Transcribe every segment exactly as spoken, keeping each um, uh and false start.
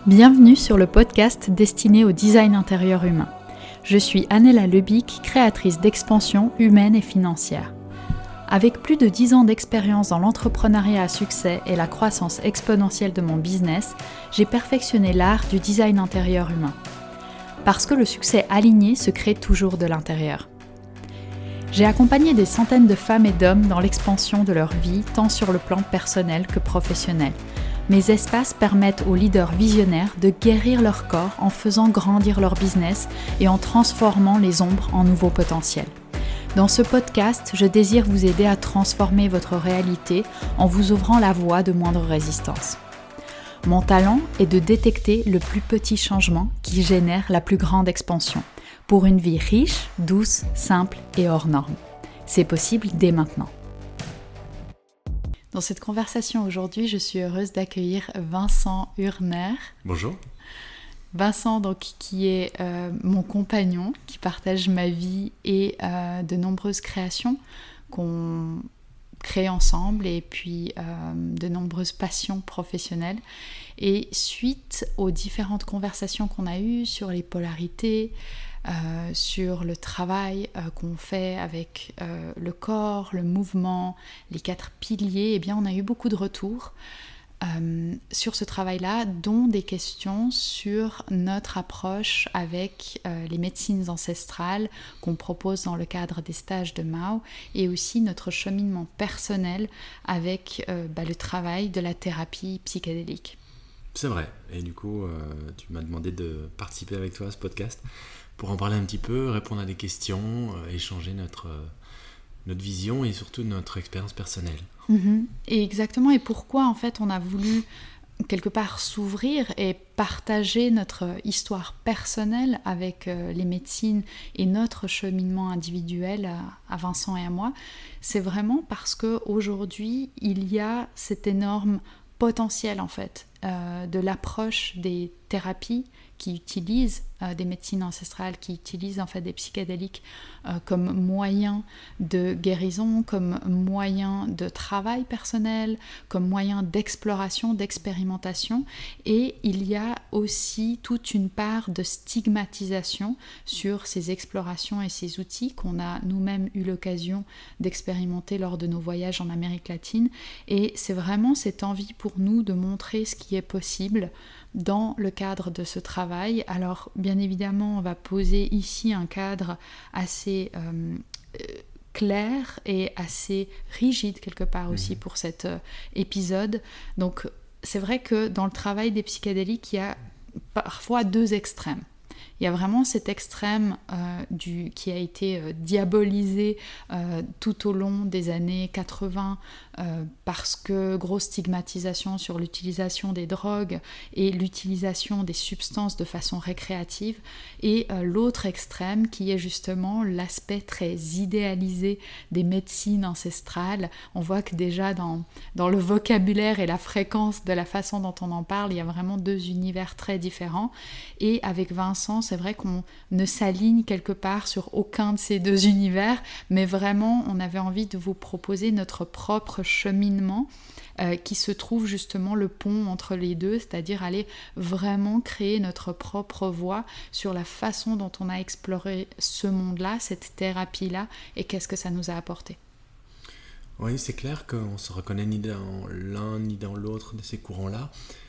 Bienvenue sur le podcast destiné au design intérieur humain. Je suis Anela Lebic, créatrice d'expansion humaine et financière. Avec plus de dix ans d'expérience dans l'entrepreneuriat à succès et la croissance exponentielle de mon business, j'ai perfectionné l'art du design intérieur humain. Parce que le succès aligné se crée toujours de l'intérieur. J'ai accompagné des centaines de femmes et d'hommes dans l'expansion de leur vie, tant sur le plan personnel que professionnel. Mes espaces permettent aux leaders visionnaires de guérir leur corps en faisant grandir leur business et en transformant les ombres en nouveaux potentiels. Dans ce podcast, je désire vous aider à transformer votre réalité en vous ouvrant la voie de moindre résistance. Mon talent est de détecter le plus petit changement qui génère la plus grande expansion, pour une vie riche, douce, simple et hors norme. C'est possible dès maintenant. Dans cette conversation aujourd'hui, je suis heureuse d'accueillir Vincent Hurner. Bonjour. Vincent, donc, qui est euh, mon compagnon, qui partage ma vie et euh, de nombreuses créations qu'on crée ensemble et puis euh, de nombreuses passions professionnelles. Et suite aux différentes conversations qu'on a eues sur les polarités, Euh, sur le travail euh, qu'on fait avec euh, le corps, le mouvement, les quatre piliers, eh bien, on a eu beaucoup de retours euh, sur ce travail-là, dont des questions sur notre approche avec euh, les médecines ancestrales qu'on propose dans le cadre des stages de Mao et aussi notre cheminement personnel avec euh, bah, le travail de la thérapie psychédélique. C'est vrai, et du coup, euh, tu m'as demandé de participer avec toi à ce podcast pour en parler un petit peu, répondre à des questions, euh, échanger notre, euh, notre vision et surtout notre expérience personnelle. Mmh. Et exactement, et pourquoi en fait on a voulu quelque part s'ouvrir et partager notre histoire personnelle avec euh, les médecines et notre cheminement individuel à, à Vincent et à moi, c'est vraiment parce qu'aujourd'hui il y a cet énorme potentiel en fait euh, de l'approche des thérapies qui utilisent euh, des médecines ancestrales, qui utilisent en fait des psychédéliques euh, comme moyen de guérison, comme moyen de travail personnel, comme moyen d'exploration, d'expérimentation. Et il y a aussi toute une part de stigmatisation sur ces explorations et ces outils qu'on a nous-mêmes eu l'occasion d'expérimenter lors de nos voyages en Amérique latine. Et c'est vraiment cette envie pour nous de montrer ce qui est possible dans le cadre de ce travail. Alors bien évidemment on va poser ici un cadre assez euh, clair et assez rigide quelque part aussi mmh. pour cet euh, épisode. Donc c'est vrai que dans le travail des psychédéliques il y a parfois deux extrêmes. Il y a vraiment cet extrême euh, du, qui a été euh, diabolisé euh, tout au long des années quatre-vingts euh, parce que grosse stigmatisation sur l'utilisation des drogues et l'utilisation des substances de façon récréative, et euh, l'autre extrême qui est justement l'aspect très idéalisé des médecines ancestrales. On voit que déjà dans, dans le vocabulaire et la fréquence de la façon dont on en parle, il y a vraiment deux univers très différents, et avec Vincent, c'est vrai qu'on ne s'aligne quelque part sur aucun de ces deux univers, mais vraiment on avait envie de vous proposer notre propre cheminement euh, qui se trouve justement le pont entre les deux, c'est-à-dire aller vraiment créer notre propre voie sur la façon dont on a exploré ce monde-là, cette thérapie-là, et qu'est-ce que ça nous a apporté. Oui, c'est clair qu'on ne se reconnaît ni dans l'un ni dans l'autre de ces courants-là.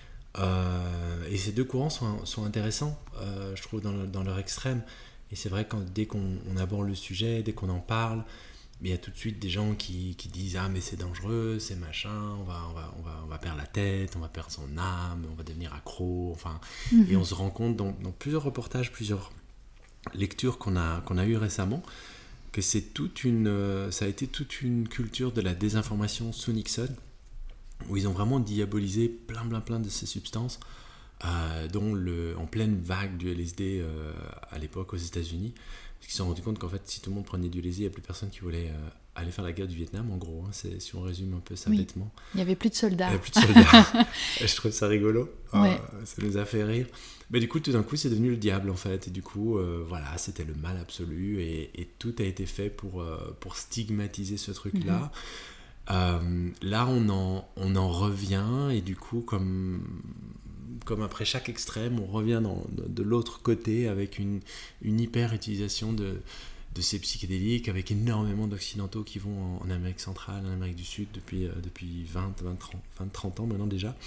Euh, et ces deux courants sont, sont intéressants, euh, je trouve, dans, le, dans leur extrême. Et c'est vrai que dès qu'on on aborde le sujet, dès qu'on en parle, il y a tout de suite des gens qui, qui disent « Ah, mais c'est dangereux, c'est machin, on va, on, va, on, va, on va perdre la tête, on va perdre son âme, on va devenir accro. » Enfin, mm-hmm. Et on se rend compte dans, dans plusieurs reportages, plusieurs lectures qu'on a, qu'on a eues récemment, que c'est toute une, ça a été toute une culture de la désinformation sous Nixon, où ils ont vraiment diabolisé plein plein plein de ces substances, euh, dont le, en pleine vague du L S D euh, à l'époque aux États-Unis, parce qu'ils se sont rendus compte qu'en fait si tout le monde prenait du L S D, il n'y a plus personne qui voulait euh, aller faire la guerre du Vietnam, en gros, hein, c'est, si on résume un peu ça oui. bêtement. Il n'y avait plus de soldats. Il n'y avait plus de soldats. Je trouve ça rigolo, ouais. euh, ça nous a fait rire. Mais du coup, tout d'un coup, c'est devenu le diable en fait, et du coup, euh, voilà, c'était le mal absolu, et, et tout a été fait pour, euh, pour stigmatiser ce truc-là. Mm-hmm. Euh, là on en, on en revient et du coup comme, comme après chaque extrême, on revient dans, de l'autre côté avec une, une hyper utilisation de, de ces psychédéliques, avec énormément d'occidentaux qui vont en, en Amérique centrale, en Amérique du Sud depuis, euh, depuis vingt, vingt, trente, vingt, trente ans maintenant déjà.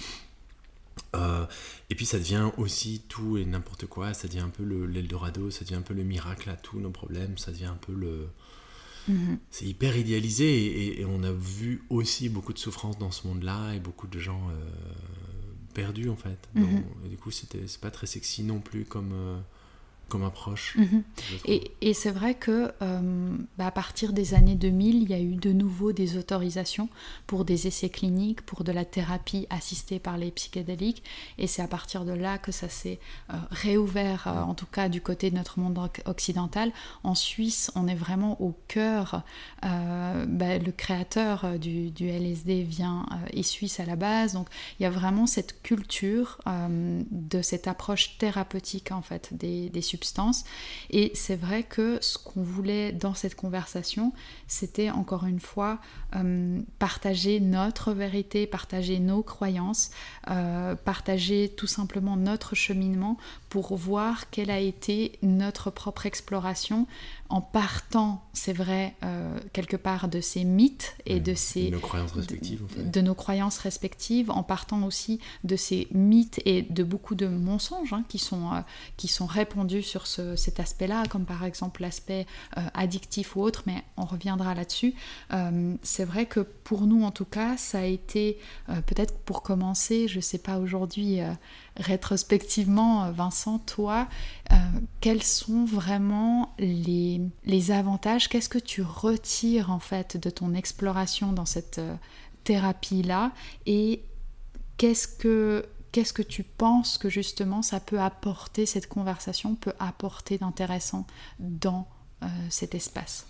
Euh, et puis ça devient aussi tout et n'importe quoi, ça devient un peu le, l'Eldorado, ça devient un peu le miracle à tous nos problèmes, ça devient un peu le... Mmh. C'est hyper idéalisé et, et, et on a vu aussi beaucoup de souffrance dans ce monde-là et beaucoup de gens euh, perdus en fait. Mmh. Donc, et du coup, c'était, c'est pas très sexy non plus comme, euh, comme approche. Mmh. Et, et c'est vrai que euh, bah à partir des années deux mille, il y a eu de nouveau des autorisations pour des essais cliniques, pour de la thérapie assistée par les psychédéliques. Et c'est à partir de là que ça s'est euh, réouvert, euh, en tout cas du côté de notre monde occidental. En Suisse, on est vraiment au cœur. Euh, bah, le créateur du, du L S D vient euh, est suisse à la base. Donc il y a vraiment cette culture euh, de cette approche thérapeutique en fait des, des substances. Et c'est vrai que ce qu'on voulait dans cette conversation, c'était encore une fois euh, partager notre vérité, partager nos croyances, euh, partager tout simplement notre cheminement pour voir quelle a été notre propre exploration en partant, c'est vrai, euh, quelque part de ces mythes et ouais, de ces... De nos croyances respectives, de, en fait. De nos croyances respectives, en partant aussi de ces mythes et de beaucoup de mensonges hein, qui, sont, euh, qui sont répandus sur ce, cet aspect-là, comme par exemple l'aspect euh, addictif ou autre, mais on reviendra là-dessus. Euh, c'est vrai que pour nous, en tout cas, ça a été, euh, peut-être pour commencer, je ne sais pas aujourd'hui... Euh, rétrospectivement, Vincent, toi, euh, quels sont vraiment les, les avantages? Qu'est-ce que tu retires en fait de ton exploration dans cette euh, thérapie-là? Et qu'est-ce que, qu'est-ce que tu penses que justement ça peut apporter, cette conversation peut apporter d'intéressant dans euh, cet espace?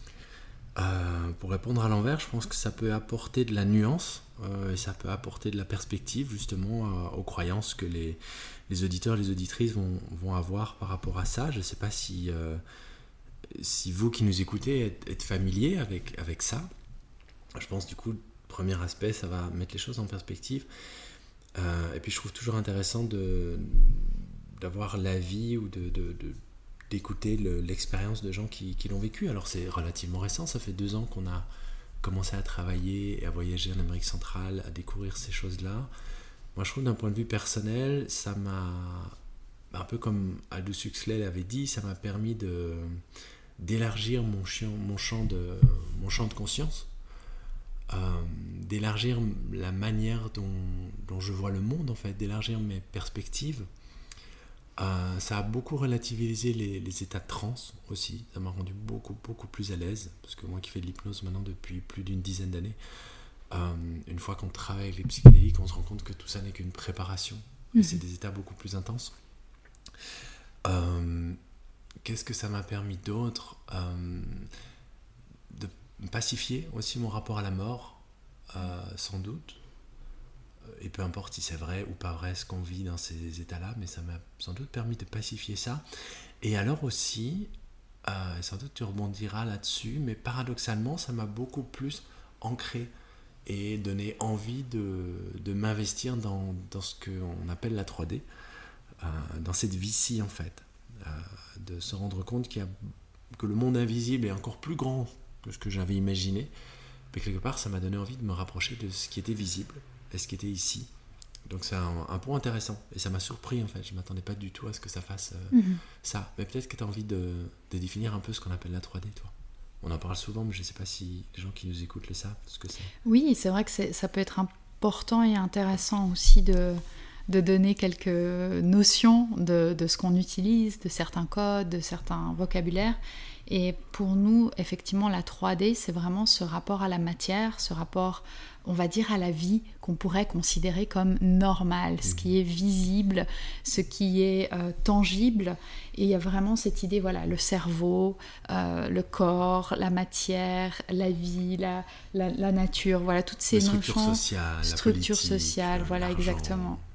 Euh, pour répondre à l'envers, je pense que ça peut apporter de la nuance euh, et ça peut apporter de la perspective justement euh, aux croyances que les, les auditeurs et les auditrices vont, vont avoir par rapport à ça. Je ne sais pas si, euh, si vous qui nous écoutez êtes, êtes familiers avec, avec ça. Je pense du coup, le premier aspect, ça va mettre les choses en perspective. Euh, et puis je trouve toujours intéressant de, d'avoir l'avis ou de... de, de d'écouter le, l'expérience de gens qui, qui l'ont vécu. Alors c'est relativement récent, ça fait deux ans qu'on a commencé à travailler et à voyager en Amérique centrale, à découvrir ces choses-là. Moi je trouve d'un point de vue personnel, ça m'a, un peu comme Aldous Huxley l'avait dit, ça m'a permis de, d'élargir mon champ, mon champ, de, mon champ de conscience, euh, d'élargir la manière dont, dont je vois le monde en fait, d'élargir mes perspectives. Euh, ça a beaucoup relativisé les, les états de transe aussi, ça m'a rendu beaucoup beaucoup plus à l'aise, parce que moi qui fais de l'hypnose maintenant depuis plus d'une dizaine d'années, euh, une fois qu'on travaille avec les psychédéliques, on se rend compte que tout ça n'est qu'une préparation, mmh. et c'est des états beaucoup plus intenses. Euh, qu'est-ce que ça m'a permis d'autre? euh, De pacifier aussi mon rapport à la mort, euh, sans doute. Et peu importe si c'est vrai ou pas vrai ce qu'on vit dans ces états-là, mais ça m'a sans doute permis de pacifier ça. Et alors aussi, euh, sans doute tu rebondiras là-dessus, mais paradoxalement, ça m'a beaucoup plus ancré et donné envie de, de m'investir dans, dans ce qu'on appelle la trois D, euh, dans cette vie-ci en fait. Euh, de se rendre compte qu'il y a, que le monde invisible est encore plus grand que ce que j'avais imaginé, mais quelque part, ça m'a donné envie de me rapprocher de ce qui était visible et ce qui était ici. Donc c'est un, un point intéressant et ça m'a surpris en fait, je ne m'attendais pas du tout à ce que ça fasse euh, mm-hmm. ça, mais peut-être que tu as envie de, de définir un peu ce qu'on appelle la trois D toi. On en parle souvent mais je ne sais pas si les gens qui nous écoutent le savent ce que c'est. Oui, c'est vrai que c'est, ça peut être important et intéressant aussi de, de donner quelques notions de, de ce qu'on utilise, de certains codes, de certains vocabulaires. Et pour nous, effectivement, la trois D, c'est vraiment ce rapport à la matière, ce rapport, on va dire, à la vie qu'on pourrait considérer comme normal, mmh. ce qui est visible, ce qui est euh, tangible. Et il y a vraiment cette idée, voilà, le cerveau, euh, le corps, la matière, la vie, la, la, la nature, voilà, toutes ces notions. Structure sociale, structure la politique, sociale, voilà, l'argent. Exactement.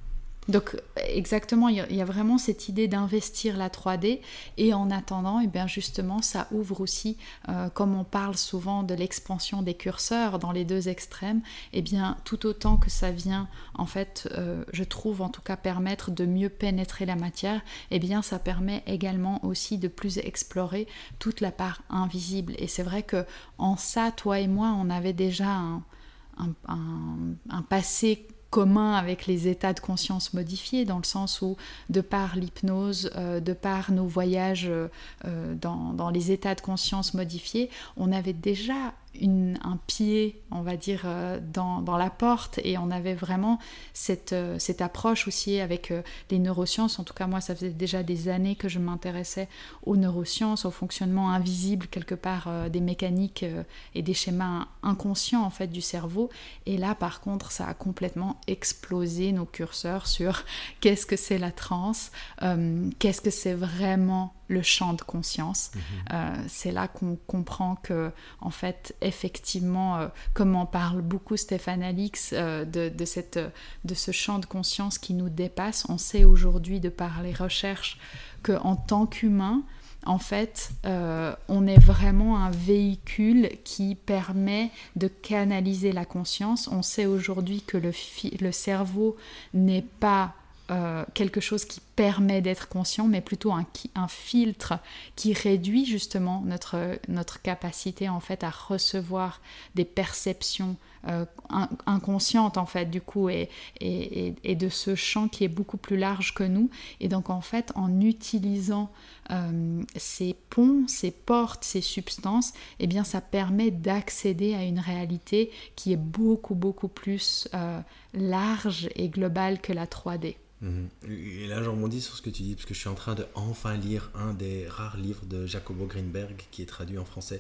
Donc exactement, il y a vraiment cette idée d'investir la trois D et en attendant, et bien justement, ça ouvre aussi, euh, comme on parle souvent de l'expansion des curseurs dans les deux extrêmes, et bien tout autant que ça vient, en fait, euh, je trouve en tout cas permettre de mieux pénétrer la matière, et bien ça permet également aussi de plus explorer toute la part invisible. Et c'est vrai que en ça, toi et moi, on avait déjà un, un, un, un passé commun avec les états de conscience modifiés, dans le sens où, de par l'hypnose, euh, de par nos voyages euh, dans, dans les états de conscience modifiés, on avait déjà une, un pied, on va dire, euh, dans, dans la porte, et on avait vraiment cette, euh, cette approche aussi avec euh, les neurosciences. En tout cas, moi, ça faisait déjà des années que je m'intéressais aux neurosciences, au fonctionnement invisible, quelque part, euh, des mécaniques euh, et des schémas inconscients, en fait, du cerveau. Et là, par contre, ça a complètement explosé nos curseurs sur qu'est-ce que c'est la transe, euh, qu'est-ce que c'est vraiment le champ de conscience. Mmh. Euh, c'est là qu'on comprend que, en fait, effectivement, euh, comme en parle beaucoup Stéphane Alix, euh, de, de, cette, de ce champ de conscience qui nous dépasse, on sait aujourd'hui, de par les recherches, qu'en tant qu'humain, en fait, euh, on est vraiment un véhicule qui permet de canaliser la conscience. On sait aujourd'hui que le, fi- le cerveau n'est pas Euh, quelque chose qui permet d'être conscient, mais plutôt un, un filtre qui réduit justement notre, notre capacité en fait à recevoir des perceptions euh, in, inconscientes en fait du coup, et, et, et de ce champ qui est beaucoup plus large que nous. Et donc en fait, en utilisant euh, ces ponts, ces portes, ces substances, eh bien ça permet d'accéder à une réalité qui est beaucoup beaucoup plus euh, large et globale que la trois D. Et là, je rebondis sur ce que tu dis, parce que je suis en train de enfin lire un des rares livres de Jacobo Greenberg qui est traduit en français,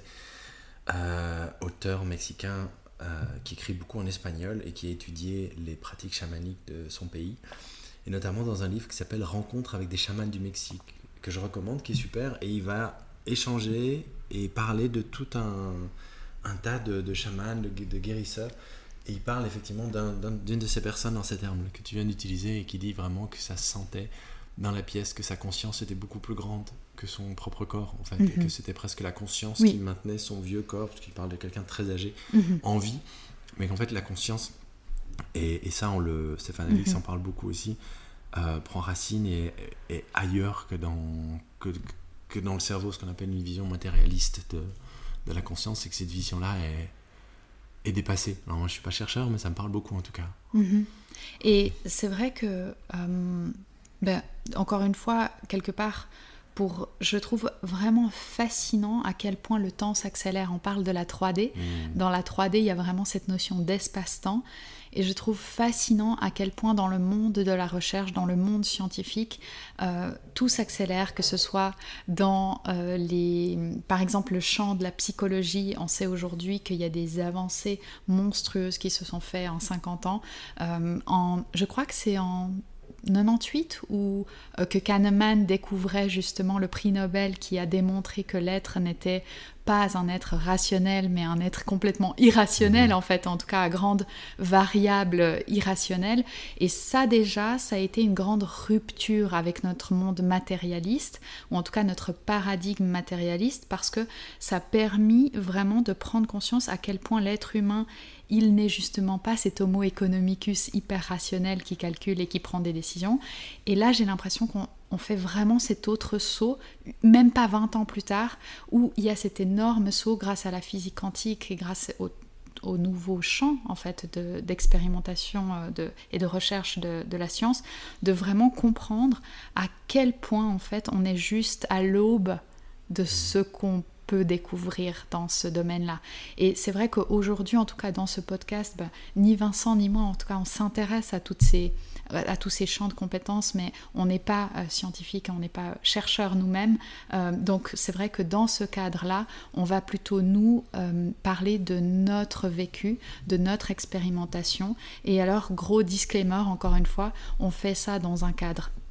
euh, auteur mexicain euh, qui écrit beaucoup en espagnol et qui a étudié les pratiques chamaniques de son pays, et notamment dans un livre qui s'appelle Rencontre avec des chamans du Mexique, que je recommande, qui est super, et il va échanger et parler de tout un, un tas de, de chamans, de, de guérisseurs. Et il parle effectivement d'un, d'un, d'une de ces personnes dans ces termes que tu viens d'utiliser, et qui dit vraiment que ça se sentait dans la pièce, que sa conscience était beaucoup plus grande que son propre corps, en fait, mm-hmm. et que c'était presque la conscience oui. qui maintenait son vieux corps, parce qu'il parle de quelqu'un de très âgé, mm-hmm. en vie, mais qu'en fait la conscience, et, et ça on le, Stéphane Alix mm-hmm. en parle beaucoup aussi, euh, prend racine et est ailleurs que dans, que, que dans le cerveau, ce qu'on appelle une vision matérialiste de, de la conscience, et que cette vision-là est est dépassé. Alors moi je suis pas chercheur, mais ça me parle beaucoup en tout cas. Mmh. Et c'est vrai que euh, ben, encore une fois, quelque part, pour, je trouve vraiment fascinant à quel point le temps s'accélère. On parle de la trois D. Mmh. Dans la trois D, il y a vraiment cette notion d'espace-temps. Et je trouve fascinant à quel point dans le monde de la recherche, dans le monde scientifique, euh, tout s'accélère, que ce soit dans euh, les... Par exemple, le champ de la psychologie, on sait aujourd'hui qu'il y a des avancées monstrueuses qui se sont faites en cinquante ans. Euh, en, je crois que c'est en quatre-vingt-dix-huit où euh, que Kahneman découvrait justement le prix Nobel qui a démontré que l'être n'était pas un être rationnel, mais un être complètement irrationnel, en fait, en tout cas à grande variable irrationnelle. Et ça déjà, ça a été une grande rupture avec notre monde matérialiste, ou en tout cas notre paradigme matérialiste, parce que ça a permis vraiment de prendre conscience à quel point l'être humain, il n'est justement pas cet homo economicus hyper rationnel qui calcule et qui prend des décisions. Et là, j'ai l'impression qu'on on fait vraiment cet autre saut, même pas vingt ans plus tard, où il y a cet énorme saut grâce à la physique quantique et grâce au, au nouveau champ en fait, de, d'expérimentation de, et de recherche de, de la science, de vraiment comprendre à quel point en fait, on est juste à l'aube de ce qu'on peut découvrir dans ce domaine-là. Et c'est vrai qu'aujourd'hui, en tout cas dans ce podcast, bah, ni Vincent ni moi, en tout cas, on s'intéresse à toutes ces à tous ces champs de compétences, mais on n'est pas euh, scientifique, on n'est pas chercheur nous-mêmes. Euh, donc c'est vrai que dans ce cadre-là, on va plutôt nous euh, parler de notre vécu, de notre expérimentation. Et alors, gros disclaimer, encore une fois, on fait ça dans un cadre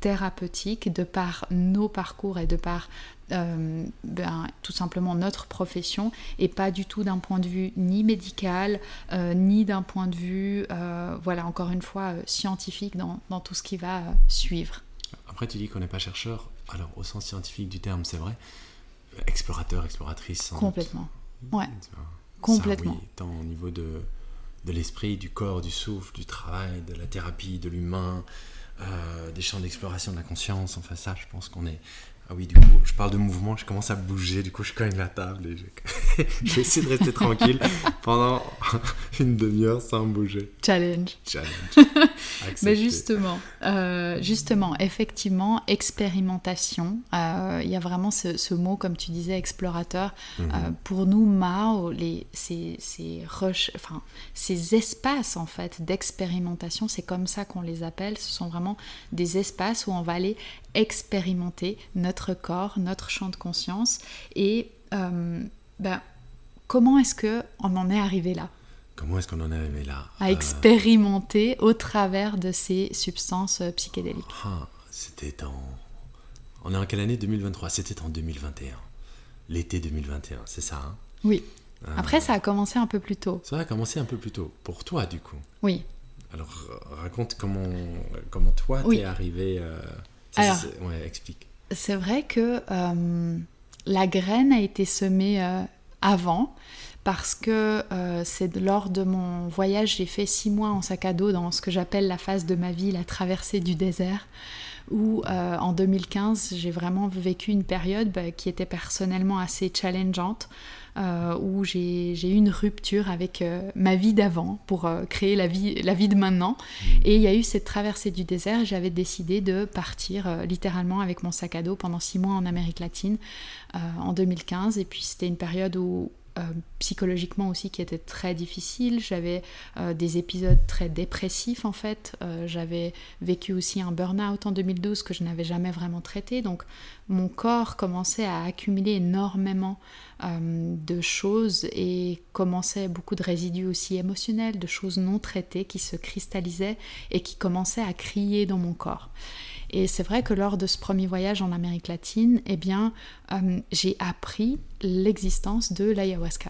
thérapeutique de par nos parcours et de par euh, ben, tout simplement notre profession, et pas du tout d'un point de vue ni médical, euh, ni d'un point de vue, euh, voilà, encore une fois, euh, scientifique dans, dans tout ce qui va euh, suivre. Après, tu dis qu'on n'est pas chercheur. Alors, au sens scientifique du terme, c'est vrai. Explorateur, exploratrice. Sans Complètement. doute. Ouais. Complètement. Ça, oui, tant au niveau de, de l'esprit, du corps, du souffle, du travail, de la thérapie, de l'humain, euh, des champs d'exploration de la conscience. Enfin, ça, je pense qu'on est... Ah oui, du coup, je parle de mouvement, je commence à bouger, du coup, je cogne la table et je, je vais essayer de rester tranquille pendant une demi-heure sans bouger. Challenge. Challenge. Mais justement, euh, justement, effectivement, expérimentation, euh, il y a vraiment ce, ce mot, comme tu disais, explorateur. Mm-hmm. Euh, pour nous, Mao, les, ces, ces, rush, enfin, ces espaces, en fait, d'expérimentation, c'est comme ça qu'on les appelle. Ce sont vraiment des espaces où on va aller expérimenter notre corps, notre champ de conscience. Et euh, ben, comment est-ce qu'on en est arrivé là ? Comment est-ce qu'on en est arrivé là ? À expérimenter euh... au travers de ces substances psychédéliques. Ah, c'était en... On est en quelle année ? deux mille vingt-trois. C'était en deux mille vingt et un. L'été deux mille vingt et un, c'est ça, hein ? Oui. Euh... Après, ça a commencé un peu plus tôt. Ça a commencé un peu plus tôt. Pour toi, du coup ? Oui. Alors, raconte comment, comment toi, t'es oui. arrivé... Euh... Ça, Alors, c'est... Ouais, explique. C'est vrai que euh, la graine a été semée euh, avant, parce que euh, c'est lors de mon voyage, j'ai fait six mois en sac à dos dans ce que j'appelle la phase de ma vie, la traversée du désert, où euh, en deux mille quinze, j'ai vraiment vécu une période bah, qui était personnellement assez challengeante, euh, où j'ai, j'ai eu une rupture avec euh, ma vie d'avant pour euh, créer la vie, la vie de maintenant. Et il y a eu cette traversée du désert, et j'avais décidé de partir euh, littéralement avec mon sac à dos pendant six mois en Amérique latine euh, en deux mille quinze. Et puis c'était une période où Euh, psychologiquement aussi qui était très difficile. J'avais euh, des épisodes très dépressifs en fait. Euh, j'avais vécu aussi un burn-out en deux mille douze que je n'avais jamais vraiment traité. Donc mon corps commençait à accumuler énormément euh, de choses et commençait beaucoup de résidus aussi émotionnels, de choses non traitées qui se cristallisaient et qui commençaient à crier dans mon corps. Et c'est vrai que lors de ce premier voyage en Amérique latine, eh bien, euh, j'ai appris l'existence de l'ayahuasca.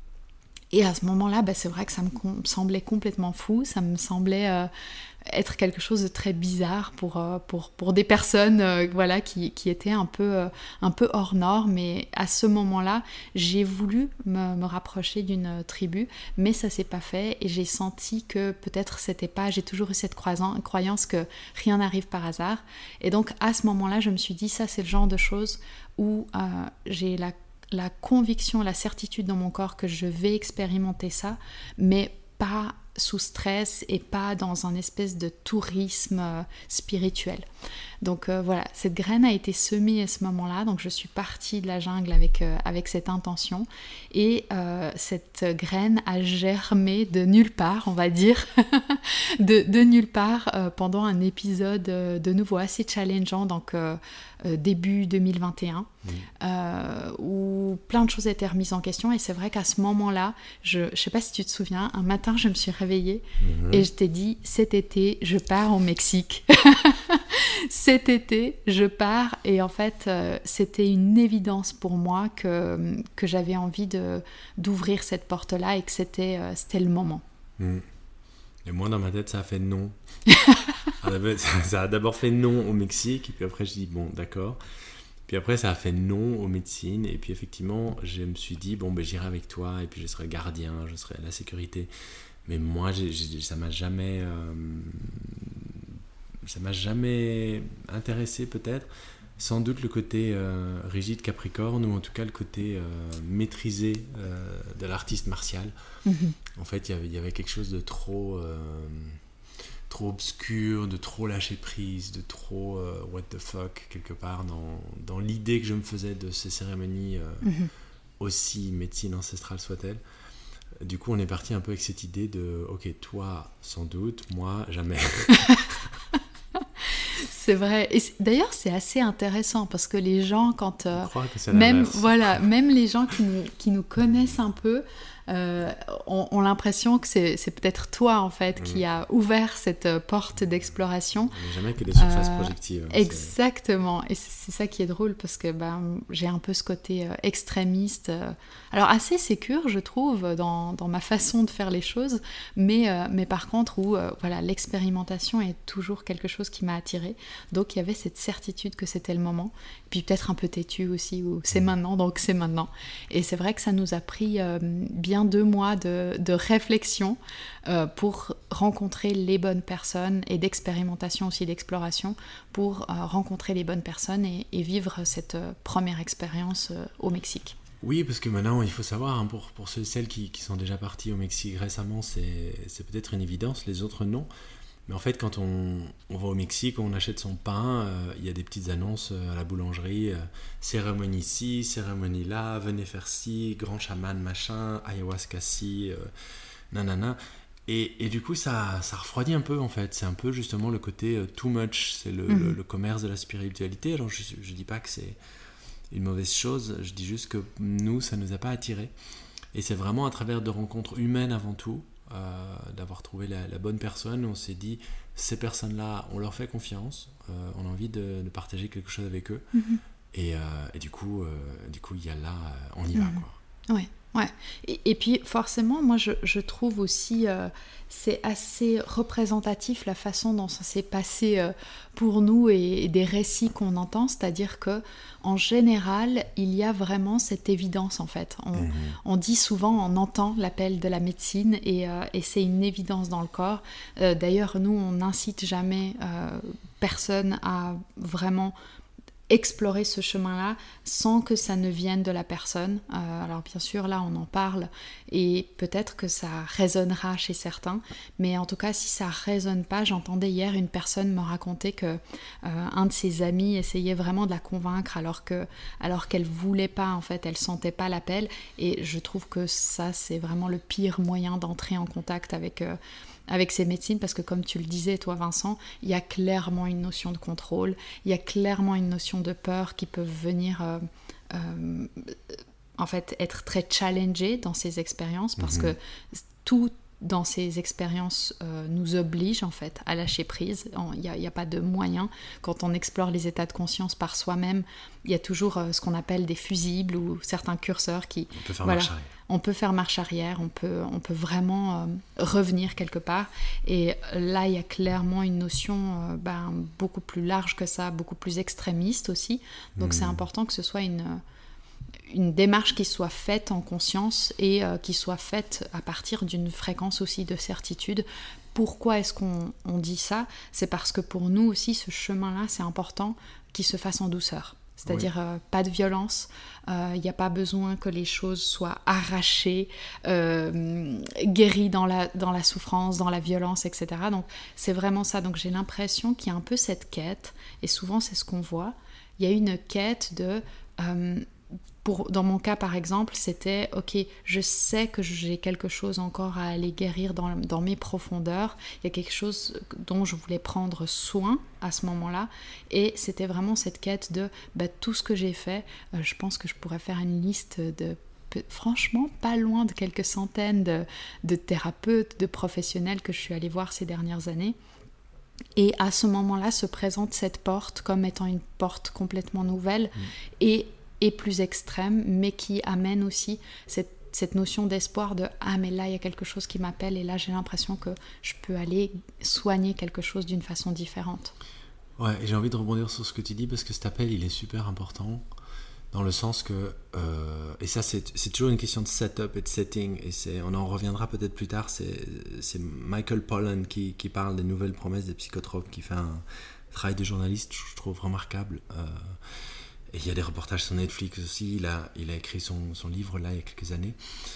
Et à ce moment-là, bah, c'est vrai que ça me com- semblait complètement fou, ça me semblait euh, être quelque chose de très bizarre pour, euh, pour, pour des personnes euh, voilà, qui, qui étaient un peu, euh, un peu hors normes. Mais à ce moment-là, j'ai voulu me, me rapprocher d'une tribu, mais ça s'est pas fait et j'ai senti que peut-être c'était pas... J'ai toujours eu cette croyance, croyance que rien n'arrive par hasard. Et donc à ce moment-là, je me suis dit, ça c'est le genre de choses où euh, j'ai la la conviction, la certitude dans mon corps que je vais expérimenter ça, mais pas sous stress et pas dans un espèce de tourisme euh, spirituel. Donc euh, voilà, cette graine a été semée à ce moment-là, donc je suis partie de la jungle avec, euh, avec cette intention, et euh, cette graine a germé de nulle part, on va dire, de, de nulle part euh, pendant un épisode euh, de nouveau assez challengeant, donc euh, euh, début deux mille vingt et un, mmh. euh, où plein de choses étaient remises en question, et c'est vrai qu'à ce moment-là, je ne sais pas si tu te souviens, un matin je me suis réveillée mmh. et je t'ai dit, cet été je pars au Mexique. Cet été, je pars, et en fait, euh, c'était une évidence pour moi que, que j'avais envie de, d'ouvrir cette porte-là et que c'était, euh, c'était le moment. Mmh. Et moi, dans ma tête, ça a fait non. Ça a d'abord fait non au Mexique, et puis après, je dis bon, d'accord. Puis après, ça a fait non aux médecines, et puis effectivement, je me suis dit bon, ben, j'irai avec toi, et puis je serai gardien, je serai à la sécurité. Mais moi, j'ai, j'ai, ça m'a jamais... Euh, ça m'a jamais intéressé peut-être, sans doute le côté euh, rigide Capricorne, ou en tout cas le côté euh, maîtrisé euh, de l'artiste martial. Mm-hmm. En fait, il y avait quelque chose de trop, euh, trop obscur, de trop lâcher prise, de trop euh, what the fuck quelque part dans, dans l'idée que je me faisais de ces cérémonies, euh, mm-hmm. aussi médecine ancestrale soit-elle. Du coup, on est parti un peu avec cette idée de ok, toi sans doute, moi jamais. C'est vrai. Et c'est, d'ailleurs, c'est assez intéressant parce que les gens, quand euh, même, voilà, même les gens qui nous, qui nous connaissent un peu, euh, ont, ont l'impression que c'est, c'est peut-être toi en fait mmh. qui a ouvert cette porte d'exploration. On n'est jamais que des surfaces euh, projectives. Hein, exactement, c'est... et c'est, c'est ça qui est drôle parce que ben, j'ai un peu ce côté euh, extrémiste, euh, alors assez sécure je trouve dans, dans ma façon de faire les choses, mais, euh, mais par contre où euh, voilà, l'expérimentation est toujours quelque chose qui m'a attirée. Donc il y avait cette certitude que c'était le moment, puis peut-être un peu têtu aussi, où c'est maintenant, donc c'est maintenant. Et c'est vrai que ça nous a pris euh, bien deux mois de, de réflexion euh, pour rencontrer les bonnes personnes et d'expérimentation aussi, d'exploration, pour euh, rencontrer les bonnes personnes et, et vivre cette euh, première expérience euh, au Mexique. Oui, parce que maintenant, il faut savoir, hein, pour, pour ceux et celles qui, qui sont déjà partis au Mexique récemment, c'est, c'est peut-être une évidence, les autres non. Mais en fait, quand on, on va au Mexique, on achète son pain, euh, il y a des petites annonces à la boulangerie, euh, cérémonie ci, cérémonie là, venez faire ci, grand chaman machin, ayahuasca ci, euh, nanana. Et, et du coup, ça, ça refroidit un peu en fait. C'est un peu justement le côté euh, too much, c'est le, mmh. le, le commerce de la spiritualité. Alors je ne dis pas que c'est une mauvaise chose, je dis juste que nous, ça ne nous a pas attirés. Et c'est vraiment à travers de rencontres humaines avant tout, Euh, d'avoir trouvé la, la bonne personne, on s'est dit ces personnes-là, on leur fait confiance, euh, on a envie de, de partager quelque chose avec eux, mm-hmm. et, euh, et du coup, euh, du coup, il y a là, on y mm-hmm. va quoi. Ouais, ouais. Et, et puis forcément, moi, je, je trouve aussi, euh, c'est assez représentatif la façon dont ça s'est passé euh, pour nous et, et des récits qu'on entend, c'est-à-dire que en général, il y a vraiment cette évidence en fait. On, mmh. on dit souvent, on entend l'appel de la médecine et, euh, et c'est une évidence dans le corps. Euh, d'ailleurs, nous, on n'incite jamais euh, personne à vraiment explorer ce chemin-là sans que ça ne vienne de la personne. Euh, alors bien sûr, là, on en parle et peut-être que ça résonnera chez certains, mais en tout cas, si ça résonne pas, j'entendais hier une personne me raconter que euh, un de ses amis essayait vraiment de la convaincre alors que, alors qu'elle voulait pas, en fait, elle sentait pas l'appel. Et je trouve que ça, c'est vraiment le pire moyen d'entrer en contact avec euh, avec ces médecines, parce que comme tu le disais toi Vincent, il y a clairement une notion de contrôle, il y a clairement une notion de peur qui peut venir euh, euh, en fait être très challengée dans ces expériences, parce mmh. que tout dans ces expériences euh, nous oblige en fait à lâcher prise. Il n'y a, a pas de moyen. Quand on explore les états de conscience par soi-même, il y a toujours euh, ce qu'on appelle des fusibles ou certains curseurs qui... On peut faire voilà, marche arrière. On peut faire marche arrière, on peut, on peut vraiment euh, revenir quelque part. Et là, il y a clairement une notion euh, ben, beaucoup plus large que ça, beaucoup plus extrémiste aussi. Donc mmh. c'est important que ce soit une... une démarche qui soit faite en conscience et euh, qui soit faite à partir d'une fréquence aussi de certitude. Pourquoi est-ce qu'on on dit ça ? C'est parce que pour nous aussi, ce chemin-là, c'est important qu'il se fasse en douceur. C'est-à-dire oui. euh, pas de violence, il euh, n'y a pas besoin que les choses soient arrachées, euh, guéries dans la, dans la souffrance, dans la violence, et cetera. Donc c'est vraiment ça. Donc j'ai l'impression qu'il y a un peu cette quête, et souvent c'est ce qu'on voit, il y a une quête de... Euh, Pour, dans mon cas, par exemple, c'était « Ok, je sais que j'ai quelque chose encore à aller guérir dans, dans mes profondeurs. Il y a quelque chose dont je voulais prendre soin à ce moment-là. » Et c'était vraiment cette quête de bah, tout ce que j'ai fait. Euh, je pense que je pourrais faire une liste de, franchement, pas loin de quelques centaines de, de thérapeutes, de professionnels que je suis allée voir ces dernières années. Et à ce moment-là se présente cette porte comme étant une porte complètement nouvelle. Mmh. Et et plus extrême, mais qui amène aussi cette, cette notion d'espoir de « Ah, mais là, il y a quelque chose qui m'appelle et là, j'ai l'impression que je peux aller soigner quelque chose d'une façon différente. » Ouais, et j'ai envie de rebondir sur ce que tu dis, parce que cet appel, il est super important, dans le sens que... Euh, et ça, c'est, c'est toujours une question de setup et de setting, et c'est, on en reviendra peut-être plus tard, c'est, c'est Michael Pollan qui, qui parle des nouvelles promesses des psychotropes, qui fait un travail de journaliste, je trouve remarquable. Euh, Et il y a des reportages sur Netflix aussi. Il a, il a écrit son, son livre là il y a quelques années,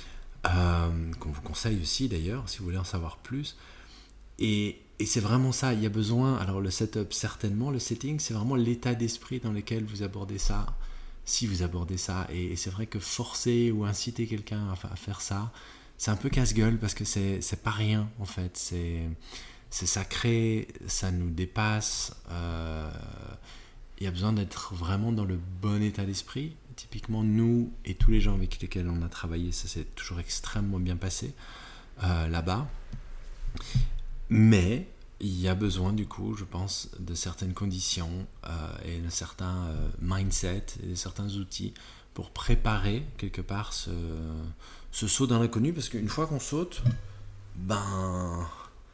euh, qu'on vous conseille aussi d'ailleurs, si vous voulez en savoir plus. Et, et c'est vraiment ça, il y a besoin, alors le setup certainement, le setting, c'est vraiment l'état d'esprit dans lequel vous abordez ça, si vous abordez ça. Et, et c'est vrai que forcer ou inciter quelqu'un à, à faire ça, c'est un peu casse-gueule, parce que c'est, c'est pas rien en fait. C'est, c'est sacré, ça nous dépasse... Euh, il y a besoin d'être vraiment dans le bon état d'esprit. typiquement, nous et tous les gens avec lesquels on a travaillé, ça s'est toujours extrêmement bien passé euh, là-bas. Mais il y a besoin, du coup, je pense, de certaines conditions euh, et de certains euh, mindsets et de certains outils pour préparer, quelque part, ce, ce saut dans l'inconnu. Parce qu'une fois qu'on saute, ben,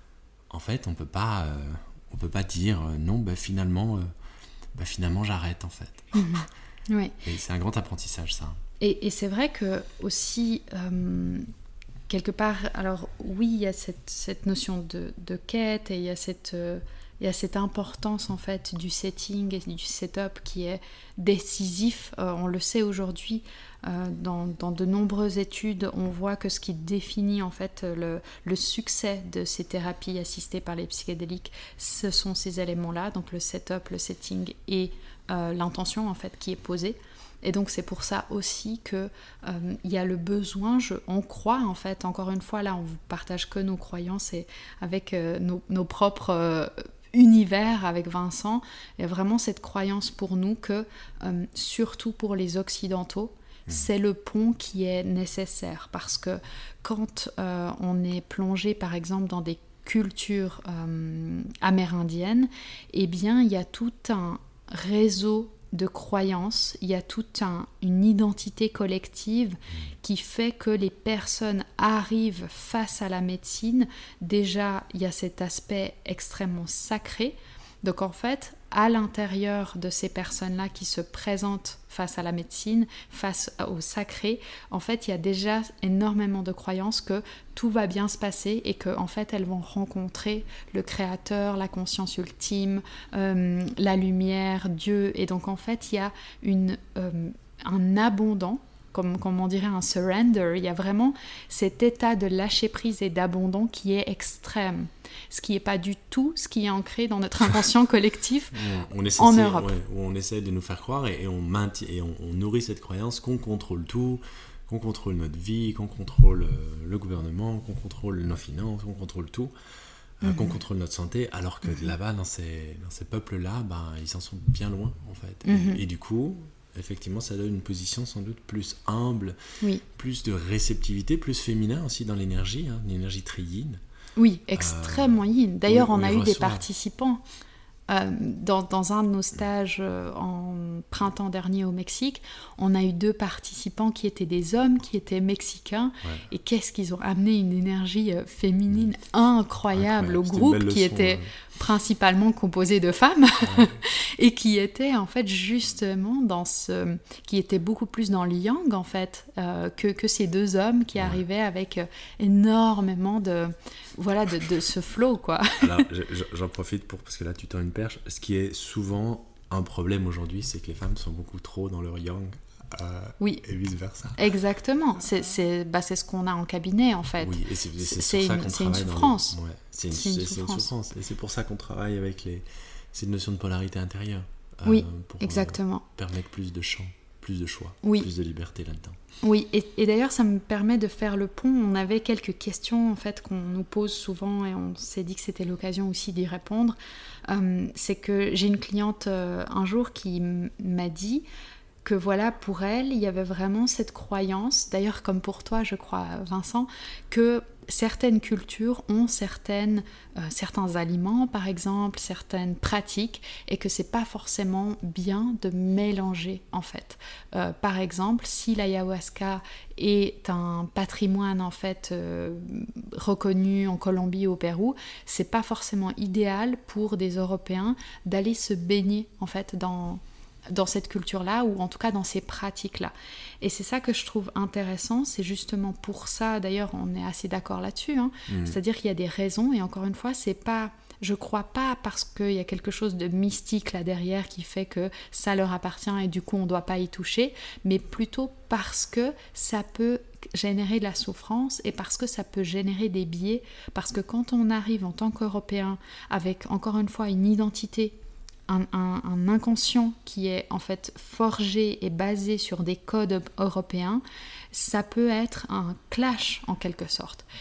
en fait, on peut pas, euh, on peut pas dire euh, non, ben, finalement, euh, ben, finalement, j'arrête, en fait. Mmh. Oui. Et c'est un grand apprentissage, ça. Et, et c'est vrai que aussi, euh, quelque part, alors oui, il y a cette, cette notion de, de quête et il y a cette, euh, il y a cette importance en fait du setting et du setup qui est décisif. Euh, on le sait aujourd'hui, euh, dans, dans de nombreuses études, on voit que ce qui définit en fait le, le succès de ces thérapies assistées par les psychédéliques, ce sont ces éléments-là, donc le setup, le setting et euh, l'intention en fait qui est posée. Et donc c'est pour ça aussi qu'il euh, y a le besoin, je, on croit en fait, encore une fois là on vous partage que nos croyances et avec euh, nos, nos propres euh, univers avec Vincent, il y a vraiment cette croyance pour nous que euh, surtout pour les occidentaux, mmh. c'est le pont qui est nécessaire parce que quand euh, on est plongé par exemple dans des cultures euh, amérindiennes, eh bien il y a tout un réseau de croyances, il y a toute un, une identité collective qui fait que les personnes arrivent face à la médecine. Déjà, il y a cet aspect extrêmement sacré. Donc en fait, à l'intérieur de ces personnes-là qui se présentent face à la médecine, face au sacré, en fait, il y a déjà énormément de croyances que tout va bien se passer et qu'en fait, elles vont rencontrer le Créateur, la conscience ultime, euh, la lumière, Dieu. Et donc, en fait, il y a une, euh, un abondant, comme, comme on dirait un surrender. Il y a vraiment cet état de lâcher-prise et d'abandon qui est extrême. Ce qui n'est pas du tout ce qui est ancré dans notre inconscient collectif on, on essaie, en Europe. Ouais, où on essaie de nous faire croire et, et, on, maintient, et on, on nourrit cette croyance qu'on contrôle tout, qu'on contrôle notre vie, qu'on contrôle euh, le gouvernement, qu'on contrôle nos finances, qu'on contrôle tout, euh, mm-hmm. qu'on contrôle notre santé, alors que mm-hmm. là-bas, dans ces, dans ces peuples-là, ben, ils en sont bien loin, en fait. Mm-hmm. Et, et du coup, effectivement, ça donne une position sans doute plus humble, oui. plus de réceptivité, plus féminin aussi dans l'énergie, hein, une énergie très yin. Oui, extrêmement euh, yin. D'ailleurs, on a eu des participants euh, dans, dans un de nos stages euh, en printemps dernier au Mexique. On a eu deux participants qui étaient des hommes, qui étaient mexicains. Ouais. Et qu'est-ce qu'ils ont amené une énergie euh, féminine mmh. incroyable, incroyable au groupe qui leçon, était... Ouais. principalement composé de femmes ouais. et qui était en fait justement dans ce qui était beaucoup plus dans le yang en fait euh, que, que ces deux hommes qui ouais. arrivaient avec euh, énormément de voilà de, de ce flow quoi. Alors j'en profite pour parce que là tu tends une perche. Ce qui est souvent un problème aujourd'hui, c'est que les femmes sont beaucoup trop dans leur yang. Euh, oui. Et vice-versa. Exactement. C'est, c'est, bah, c'est ce qu'on a en cabinet, en fait. Oui, et c'est, c'est, c'est, c'est, ça une, qu'on c'est une souffrance. Les... Ouais, c'est, une, c'est, une, c'est, souffrance. c'est une souffrance. Et c'est pour ça qu'on travaille avec les... cette notion de polarité intérieure. Oui, euh, pour, exactement. Euh, permettre plus de champ, plus de choix, oui. plus de liberté là-dedans. Oui, et, et d'ailleurs, ça me permet de faire le pont. On avait quelques questions, en fait, qu'on nous pose souvent et on s'est dit que c'était l'occasion aussi d'y répondre. Euh, c'est que j'ai une cliente euh, un jour qui m- m'a dit... que voilà, pour elle, il y avait vraiment cette croyance, d'ailleurs comme pour toi, je crois, Vincent, que certaines cultures ont certaines, euh, certains aliments, par exemple, certaines pratiques, et que c'est pas forcément bien de mélanger, en fait. Euh, par exemple, si l'ayahuasca est un patrimoine, en fait, euh, reconnu en Colombie ou au Pérou, c'est pas forcément idéal pour des Européens d'aller se baigner, en fait, dans... dans cette culture-là, ou en tout cas dans ces pratiques-là. Et c'est ça que je trouve intéressant, c'est justement pour ça, d'ailleurs on est assez d'accord là-dessus, hein, mmh. c'est-à-dire qu'il y a des raisons, et encore une fois, c'est pas, je crois pas parce qu'il y a quelque chose de mystique là derrière qui fait que ça leur appartient et du coup on doit pas y toucher, mais plutôt parce que ça peut générer de la souffrance et parce que ça peut générer des biais, parce que quand on arrive en tant qu'Européen avec, encore une fois, une identité Un, un, un inconscient qui est en fait forgé et basé sur des codes européens, ça peut être un clash en quelque sorte.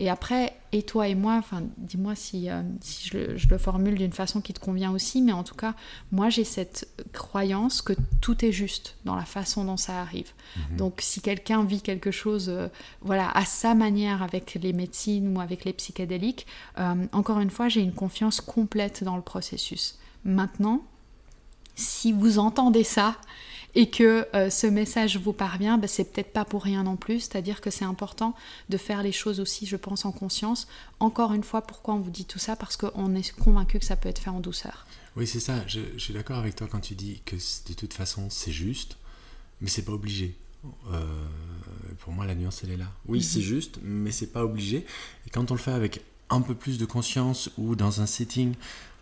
Et après, et toi et moi, enfin, dis-moi si, euh, si je, le, je le formule d'une façon qui te convient aussi, mais en tout cas, moi j'ai cette croyance que tout est juste dans la façon dont ça arrive. Mmh. Donc si quelqu'un vit quelque chose euh, voilà, à sa manière avec les médecines ou avec les psychédéliques, euh, encore une fois, j'ai une confiance complète dans le processus. Maintenant, si vous entendez ça et que euh, ce message vous parvient, ben, c'est peut-être pas pour rien non plus, c'est-à-dire que c'est important de faire les choses aussi, je pense, en conscience. Encore une fois, pourquoi on vous dit tout ça ? Parce qu'on est convaincu que ça peut être fait en douceur. Oui, c'est ça, je, je suis d'accord avec toi quand tu dis que de toute façon c'est juste, mais c'est pas obligé. Euh, pour moi la nuance elle est là. Oui, mm-hmm. c'est juste, mais c'est pas obligé. Et quand on le fait avec un peu plus de conscience ou dans un setting...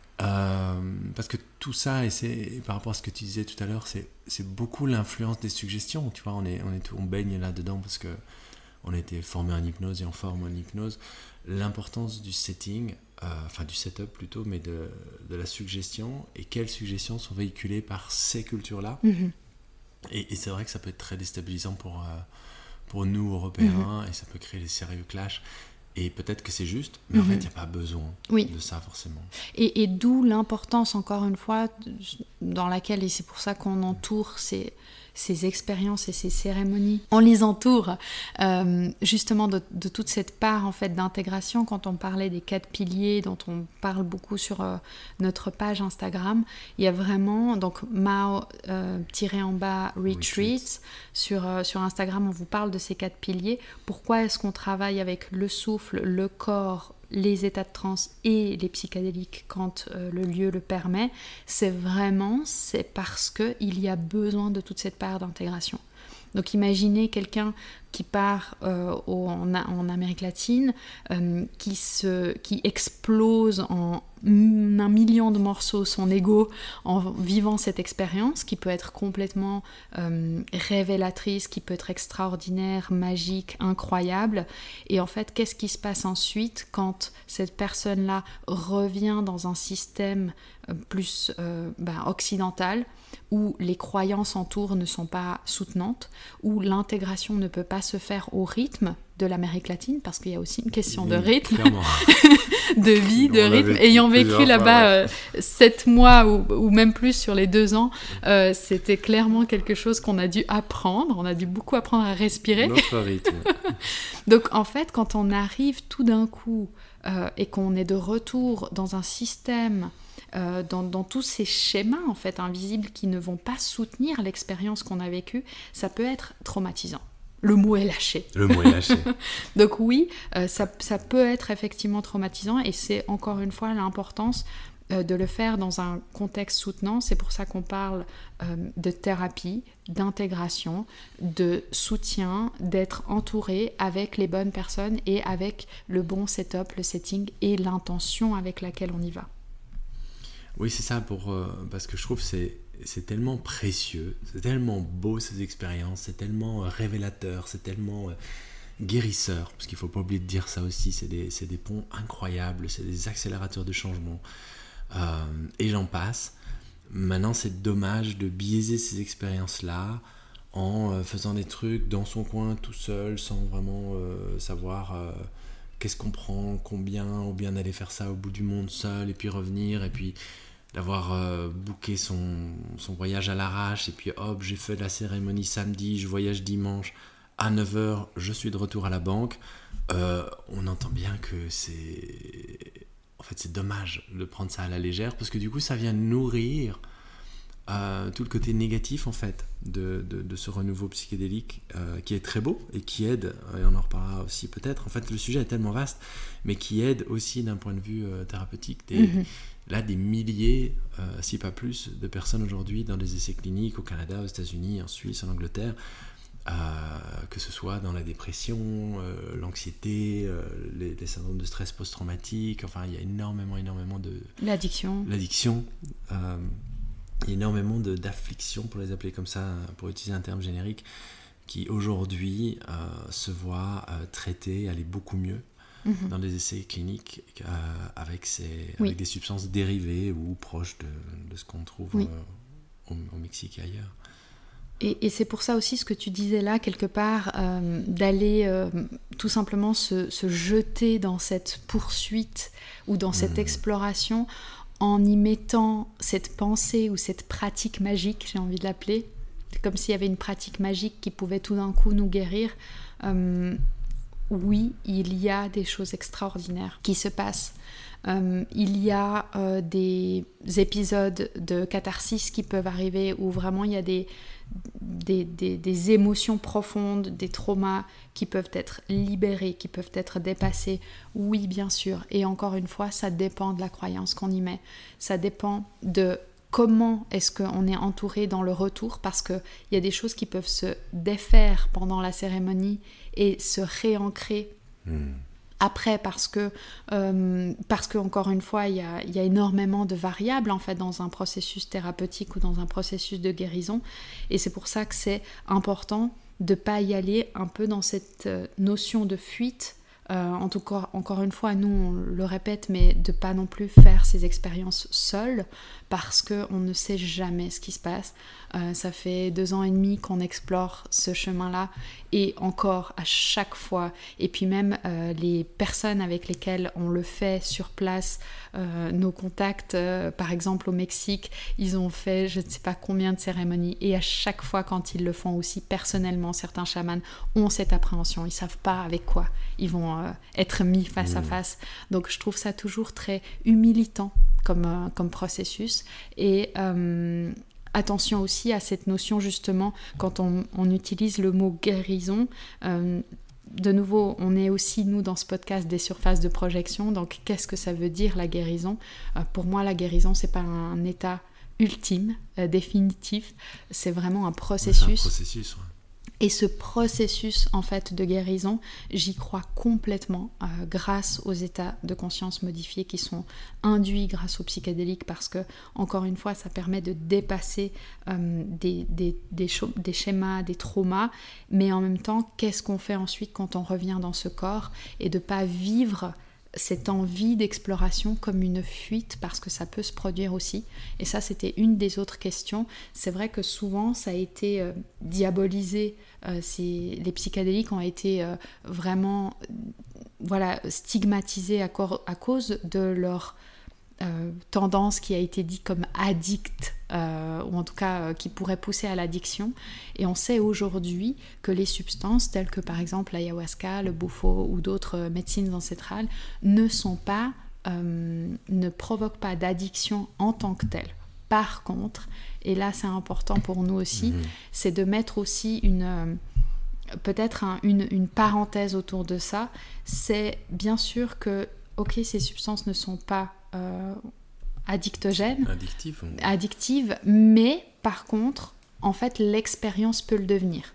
Euh, parce que tout ça, et c'est par rapport à ce que tu disais tout à l'heure, c'est, c'est beaucoup l'influence des suggestions. Tu vois, on, est, on, est, on baigne là-dedans parce qu'on a été formé en hypnose et on forme en hypnose. L'importance du setting, euh, enfin du setup plutôt, mais de, de la suggestion et quelles suggestions sont véhiculées par ces cultures-là. Mm-hmm. Et, et c'est vrai que ça peut être très déstabilisant pour, euh, pour nous, Européens, mm-hmm. et ça peut créer des sérieux clashs. Et peut-être que c'est juste, mais mm-hmm. en fait, il n'y a pas besoin oui. de ça forcément. Et, et d'où l'importance, encore une fois, dans laquelle, et c'est pour ça qu'on entoure ces, ces expériences et ces cérémonies, on les entoure euh, justement de, de toute cette part en fait, d'intégration. Quand on parlait des quatre piliers dont on parle beaucoup sur euh, notre page Instagram, il y a vraiment, donc Mao euh, tiré en bas Retreats, Retreats. Sur, euh, sur Instagram, on vous parle de ces quatre piliers. Pourquoi est-ce qu'on travaille avec le souffle, le corps, les états de transe et les psychédéliques quand euh, le lieu le permet? C'est vraiment, c'est parce qu'il y a besoin de toute cette part d'intégration. Donc imaginez quelqu'un qui part euh, au, en, en Amérique latine, euh, qui, se, qui explose en un million de morceaux son ego en vivant cette expérience qui peut être complètement euh, révélatrice, qui peut être extraordinaire, magique, incroyable. Et en fait, qu'est-ce qui se passe ensuite quand cette personne-là revient dans un système euh, plus euh, ben, occidental, où les croyances autour ne sont pas soutenantes, où l'intégration ne peut pas se faire au rythme de l'Amérique latine, parce qu'il y a aussi une question oui, de rythme, de vie, de rythme. Vécu Ayant vécu là-bas ouais. euh, sept mois ou, ou même plus sur les deux ans, euh, c'était clairement quelque chose qu'on a dû apprendre. On a dû beaucoup apprendre à respirer. Notre rythme. Donc en fait, quand on arrive tout d'un coup euh, et qu'on est de retour dans un système Euh, dans, dans tous ces schémas en fait invisibles qui ne vont pas soutenir l'expérience qu'on a vécue, ça peut être traumatisant. Le mot est lâché. Le mot est lâché. Donc oui, euh, ça, ça peut être effectivement traumatisant et c'est encore une fois l'importance euh, de le faire dans un contexte soutenant. C'est pour ça qu'on parle euh, de thérapie, d'intégration, de soutien, d'être entouré avec les bonnes personnes et avec le bon setup, le setting et l'intention avec laquelle on y va. Oui, c'est ça, pour, euh, parce que je trouve que c'est, c'est tellement précieux, c'est tellement beau ces expériences, c'est tellement euh, révélateur, c'est tellement euh, guérisseur, parce qu'il ne faut pas oublier de dire ça aussi, c'est des, c'est des ponts incroyables, c'est des accélérateurs de changement, euh, et j'en passe. Maintenant, c'est dommage de biaiser ces expériences-là en euh, faisant des trucs dans son coin tout seul, sans vraiment euh, savoir... Euh, qu'est-ce qu'on prend, combien, ou bien d'aller faire ça au bout du monde seul, et puis revenir, et puis d'avoir euh, booké son, son voyage à l'arrache, et puis hop, j'ai fait la cérémonie samedi, je voyage dimanche, à neuf heures, je suis de retour à la banque. Euh, on entend bien que c'est... En fait, c'est dommage de prendre ça à la légère, parce que du coup, ça vient nourrir euh, tout le côté négatif, en fait, de, de, de ce renouveau psychédélique, euh, qui est très beau, et qui aide, et on en reparlera aussi peut-être, en fait, le sujet est tellement vaste, mais qui aide aussi d'un point de vue euh, thérapeutique. Des, mm-hmm. Là, des milliers, euh, si pas plus, de personnes aujourd'hui dans des essais cliniques au Canada, aux États-Unis, en Suisse, en Angleterre, euh, que ce soit dans la dépression, euh, l'anxiété, euh, les, les syndromes de stress post-traumatique, enfin, il y a énormément, énormément de... L'addiction. L'addiction. Euh, il y a énormément de, d'afflictions, pour les appeler comme ça, pour utiliser un terme générique, qui aujourd'hui euh, se voient euh, traitées, aller beaucoup mieux mmh. dans des essais cliniques euh, avec, ces, oui. avec des substances dérivées ou proches de, de ce qu'on trouve oui. euh, au, au Mexique et ailleurs. Et, et c'est pour ça aussi ce que tu disais là, quelque part, euh, d'aller euh, tout simplement se, se jeter dans cette poursuite ou dans cette mmh. exploration en y mettant cette pensée ou cette pratique magique, j'ai envie de l'appeler, comme s'il y avait une pratique magique qui pouvait tout d'un coup nous guérir. Euh, oui, il y a des choses extraordinaires qui se passent. Euh, il y a euh, des épisodes de catharsis qui peuvent arriver où vraiment il y a des, des, des, des émotions profondes, des traumas qui peuvent être libérés, qui peuvent être dépassés. Oui, bien sûr. Et encore une fois, ça dépend de la croyance qu'on y met. Ça dépend de comment est-ce qu'on est entouré dans le retour, parce qu'il y a des choses qui peuvent se défaire pendant la cérémonie et se réancrer mmh. après, parce que, euh, parce que encore une fois, il y a, il y a énormément de variables en fait dans un processus thérapeutique ou dans un processus de guérison, et c'est pour ça que c'est important de ne pas y aller un peu dans cette notion de fuite. Euh, en tout cas, encore une fois, nous on le répète, mais de pas non plus faire ces expériences seules, parce qu'on ne sait jamais ce qui se passe. Euh, ça fait deux ans et demi qu'on explore ce chemin-là, et encore à chaque fois, et puis même euh, les personnes avec lesquelles on le fait sur place, euh, nos contacts, euh, par exemple au Mexique, ils ont fait je ne sais pas combien de cérémonies, et à chaque fois quand ils le font aussi personnellement, certains chamans ont cette appréhension, ils savent pas avec quoi ils vont euh, être mis face mmh. à face. Donc je trouve ça toujours très humilitant comme, euh, comme processus, et euh, attention aussi à cette notion justement quand on, on utilise le mot guérison. Euh, de nouveau, on est aussi nous dans ce podcast des surfaces de projection, donc qu'est-ce que ça veut dire la guérison ? Euh, pour moi la guérison c'est pas un, un état ultime, euh, définitif, c'est vraiment un processus. C'est un processus, ouais. Et ce processus en fait de guérison, j'y crois complètement euh, grâce aux états de conscience modifiés qui sont induits grâce aux psychédéliques, parce que encore une fois ça permet de dépasser euh, des, des, des, ch- des schémas, des traumas, mais en même temps qu'est-ce qu'on fait ensuite quand on revient dans ce corps, et de pas vivre cette envie d'exploration comme une fuite, parce que ça peut se produire aussi. Et ça c'était une des autres questions. C'est vrai que souvent ça a été euh, diabolisé, euh, c'est, les psychédéliques ont été euh, vraiment euh, voilà, stigmatisés à, cor- à cause de leur euh, tendance qui a été dit comme addict, euh, ou en tout cas euh, qui pourrait pousser à l'addiction. Et on sait aujourd'hui que les substances telles que par exemple l'ayahuasca, le bufo ou d'autres euh, médecines ancestrales ne sont pas, euh, ne provoquent pas d'addiction en tant que telle. Par contre, et là c'est important pour nous aussi, mmh. c'est de mettre aussi une... Euh, peut-être un, une, une parenthèse autour de ça. C'est bien sûr que, ok, ces substances ne sont pas Euh, addictogène, addictive, on... addictive, mais par contre, en fait, l'expérience peut le devenir.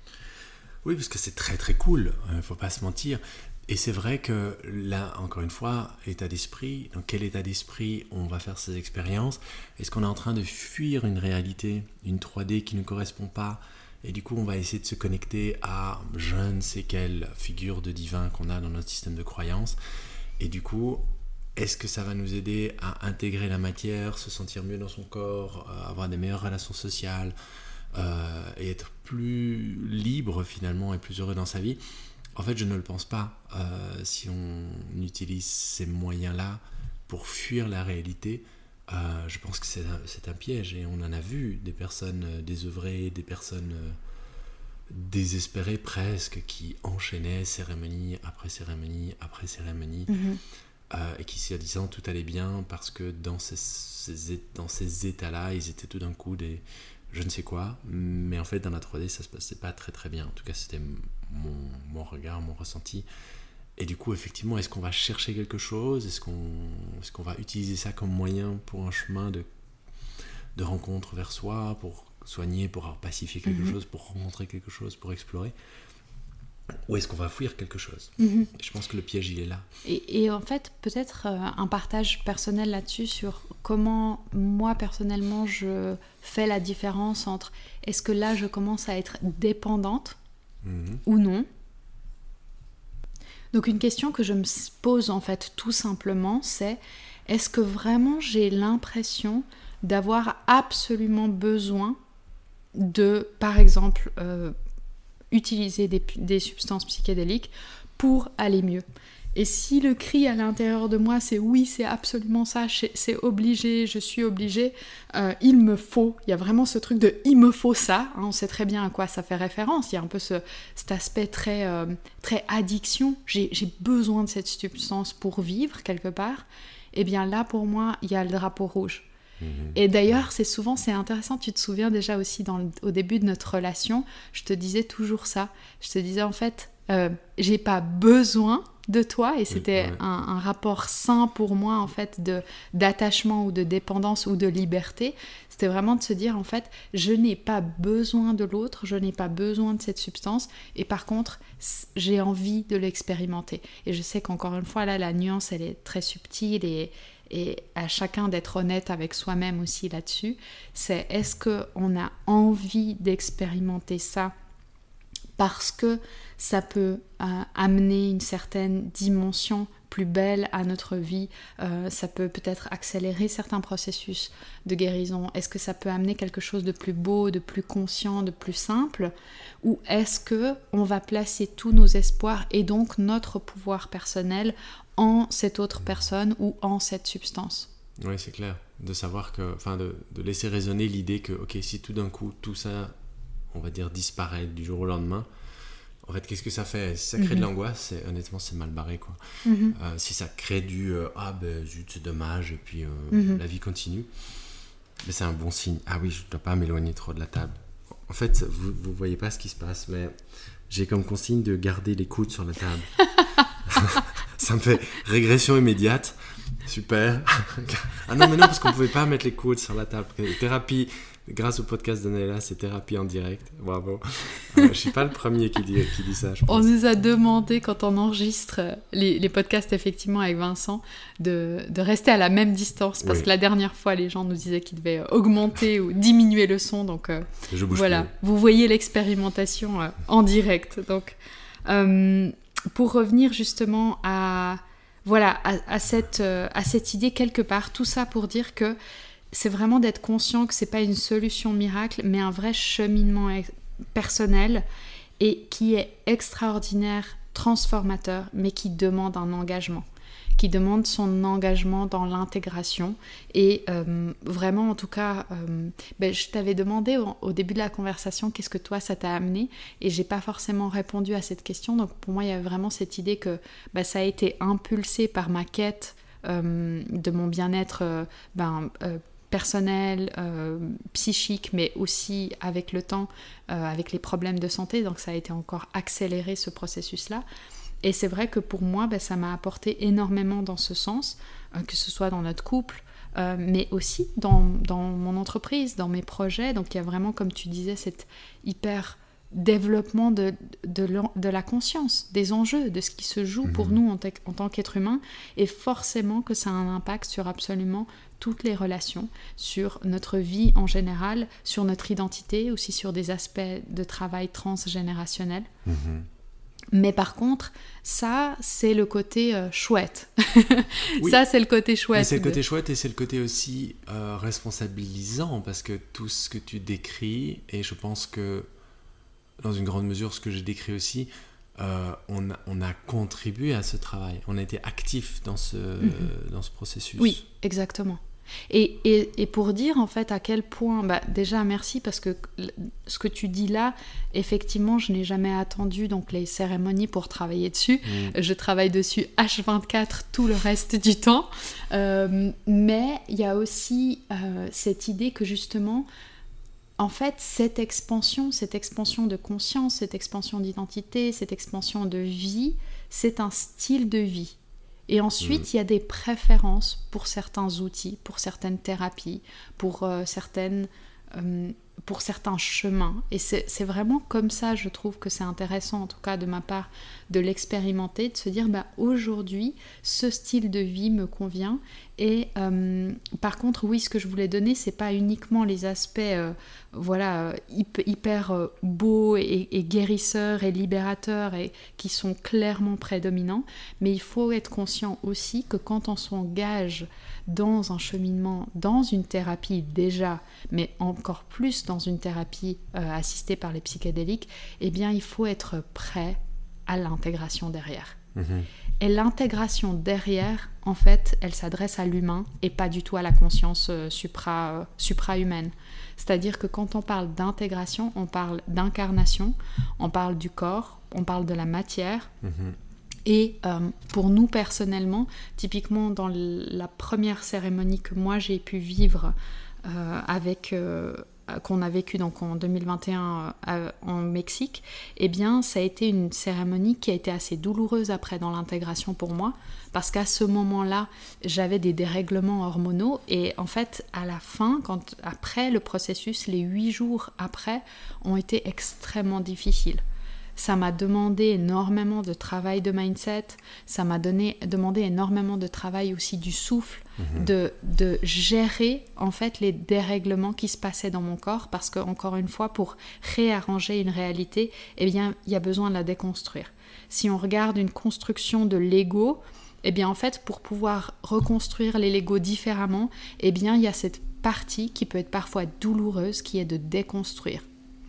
Oui, parce que c'est très très cool, il ne faut pas se mentir. Et c'est vrai que là, encore une fois, état d'esprit, dans quel état d'esprit on va faire ces expériences ? Est-ce qu'on est en train de fuir une réalité, une trois D qui ne correspond pas ? Et du coup, on va essayer de se connecter à je ne sais quelle figure de divin qu'on a dans notre système de croyance. Et du coup, est-ce que ça va nous aider à intégrer la matière, se sentir mieux dans son corps, euh, avoir des meilleures relations sociales euh, et être plus libre finalement et plus heureux dans sa vie ? En fait, je ne le pense pas. Euh, si on utilise ces moyens-là pour fuir la réalité, euh, je pense que c'est un, c'est un piège. Et on en a vu des personnes euh, désœuvrées, des personnes euh, désespérées presque, qui enchaînaient cérémonie après cérémonie après cérémonie. Mmh. Euh, et qui, soi-disant, tout allait bien parce que dans ces, ces, dans ces états-là, ils étaient tout d'un coup des je ne sais quoi, mais en fait, dans la trois D, ça se passait pas très très bien. En tout cas, c'était mon, mon regard, mon ressenti. Et du coup, effectivement, est-ce qu'on va chercher quelque chose ? Est-ce qu'on, est-ce qu'on va utiliser ça comme moyen pour un chemin de, de rencontre vers soi, pour soigner, pour pacifier quelque mm-hmm. chose, pour rencontrer quelque chose, pour explorer ? Ou est-ce qu'on va fuir quelque chose ? mmh. Je pense que le piège, il est là. Et, et en fait, peut-être euh, un partage personnel là-dessus sur comment, moi, personnellement, je fais la différence entre est-ce que là, je commence à être dépendante mmh. ou non ? Donc, une question que je me pose, en fait, tout simplement, c'est est-ce que vraiment j'ai l'impression d'avoir absolument besoin de, par exemple, euh, utiliser des, des substances psychédéliques pour aller mieux. Et si le cri à l'intérieur de moi, c'est oui, c'est absolument ça, c'est obligé, je suis obligée, euh, il me faut, il y a vraiment ce truc de il me faut ça, hein, on sait très bien à quoi ça fait référence, il y a un peu ce, cet aspect très, euh, très addiction, j'ai besoin de cette substance pour vivre quelque part, et bien là pour moi, il y a le drapeau rouge. Mmh. Et d'ailleurs, c'est souvent, c'est intéressant, tu te souviens déjà aussi dans le, au début de notre relation, je te disais toujours ça, je te disais en fait, euh, j'ai pas besoin de toi, et c'était oui, ouais. un, un rapport sain pour moi en fait de d'attachement ou de dépendance ou de liberté. C'était vraiment de se dire en fait je n'ai pas besoin de l'autre, je n'ai pas besoin de cette substance, et par contre j'ai envie de l'expérimenter. Et je sais qu'encore une fois là la nuance elle est très subtile, et et à chacun d'être honnête avec soi-même aussi là-dessus. C'est est-ce qu'on a envie d'expérimenter ça parce que ça peut euh, amener une certaine dimension plus belle à notre vie, euh, ça peut peut-être accélérer certains processus de guérison, est-ce que ça peut amener quelque chose de plus beau, de plus conscient, de plus simple, ou est-ce qu'on va placer tous nos espoirs et donc notre pouvoir personnel en cette autre personne ou en cette substance? Oui, c'est clair, de savoir que, enfin de, de laisser résonner l'idée que, ok, si tout d'un coup tout ça, on va dire, disparaît du jour au lendemain, en fait, qu'est-ce que ça fait? Si ça crée mm-hmm. de l'angoisse, honnêtement, c'est mal barré, quoi. Mm-hmm. Euh, si ça crée du euh, « ah ben zut, c'est dommage » et puis euh, mm-hmm. la vie continue, ben, c'est un bon signe. Ah oui, je ne dois pas m'éloigner trop de la table. En fait, vous ne voyez pas ce qui se passe, mais j'ai comme consigne de garder les coudes sur la table. Ça me fait régression immédiate. Super. Ah non, mais non, parce qu'on ne pouvait pas mettre les coudes sur la table. Thérapie... Grâce au podcast d'Anaëlla, c'est thérapie en direct. Bravo. Euh, je ne suis pas le premier qui dit, qui dit ça, je pense. On nous a demandé, quand on enregistre les, les podcasts, effectivement, avec Vincent, de, de rester à la même distance. Parce oui. que la dernière fois, les gens nous disaient qu'ils devaient augmenter ou diminuer le son. Donc, euh, je bouge voilà. Plus. Vous voyez l'expérimentation euh, en direct. Donc, euh, pour revenir justement à, voilà, à, à, cette, euh, à cette idée, quelque part, tout ça pour dire que c'est vraiment d'être conscient que c'est pas une solution miracle, mais un vrai cheminement personnel et qui est extraordinaire, transformateur, mais qui demande un engagement, qui demande son engagement dans l'intégration. Et euh, vraiment, en tout cas, euh, ben, je t'avais demandé au, au début de la conversation qu'est-ce que toi ça t'a amené, et j'ai pas forcément répondu à cette question. Donc pour moi, il y a vraiment cette idée que ben, ça a été impulsé par ma quête euh, de mon bien-être euh, ben, euh, personnel, euh, psychique, mais aussi avec le temps, euh, avec les problèmes de santé, donc ça a été encore accéléré ce processus-là. Et c'est vrai que pour moi, ben, ça m'a apporté énormément dans ce sens, euh, que ce soit dans notre couple, euh, mais aussi dans, dans mon entreprise, dans mes projets. Donc il y a vraiment, comme tu disais, cet hyper développement de, de, de la conscience, des enjeux, de ce qui se joue pour nous en, en tant qu'être humain, et forcément que ça a un impact sur absolument toutes les relations, sur notre vie en général, sur notre identité, aussi sur des aspects de travail transgénérationnel. Mmh. Mais par contre, ça, c'est le côté euh, chouette. Oui. Ça, c'est le côté chouette. C'est le de... côté chouette, et c'est le côté aussi euh, responsabilisant, parce que tout ce que tu décris, et je pense que dans une grande mesure, ce que j'ai décrit aussi, euh, on, a, on a contribué à ce travail. On a été actifs dans ce, mmh. dans ce processus. Oui, exactement. Et, et, et pour dire en fait à quel point, bah, déjà merci, parce que ce que tu dis là, effectivement, je n'ai jamais attendu donc les cérémonies pour travailler dessus. Mmh. Je travaille dessus H vingt-quatre tout le reste du temps. Euh, mais il y a aussi euh, cette idée que justement, en fait, cette expansion, cette expansion de conscience, cette expansion d'identité, cette expansion de vie, c'est un style de vie. Et ensuite, mmh. il y a des préférences pour certains outils, pour certaines thérapies, pour, euh, certaines, euh, pour certains chemins. Et c'est, c'est vraiment comme ça, je trouve que c'est intéressant, en tout cas de ma part, de l'expérimenter, de se dire, bah, aujourd'hui, ce style de vie me convient. Et euh, par contre, oui, ce que je voulais donner, c'est pas uniquement les aspects euh, voilà, hyper, hyper euh, beaux et, et guérisseurs et libérateurs et qui sont clairement prédominants, mais il faut être conscient aussi que quand on s'engage dans un cheminement, dans une thérapie déjà, mais encore plus dans une thérapie euh, assistée par les psychédéliques, eh bien, il faut être prêt à l'intégration derrière. Mmh. Et l'intégration derrière, en fait, elle s'adresse à l'humain et pas du tout à la conscience euh, supra, euh, supra-humaine. C'est-à-dire que quand on parle d'intégration, on parle d'incarnation, on parle du corps, on parle de la matière. Mmh. Et euh, pour nous personnellement, typiquement dans la première cérémonie que moi j'ai pu vivre euh, avec... Euh, qu'on a vécu donc en deux mille vingt et un euh, en Mexique, eh bien ça a été une cérémonie qui a été assez douloureuse après dans l'intégration pour moi, parce qu'à ce moment-là j'avais des dérèglements hormonaux et en fait à la fin, quand, après le processus, les huit jours après ont été extrêmement difficiles. Ça m'a demandé énormément de travail de mindset, ça m'a donné, demandé énormément de travail aussi du souffle, mmh. de, de gérer en fait les dérèglements qui se passaient dans mon corps, parce que encore une fois, pour réarranger une réalité, eh bien, il y a besoin de la déconstruire. Si on regarde une construction de Lego, eh bien en fait, pour pouvoir reconstruire les Legos différemment, eh bien il y a cette partie qui peut être parfois douloureuse, qui est de déconstruire,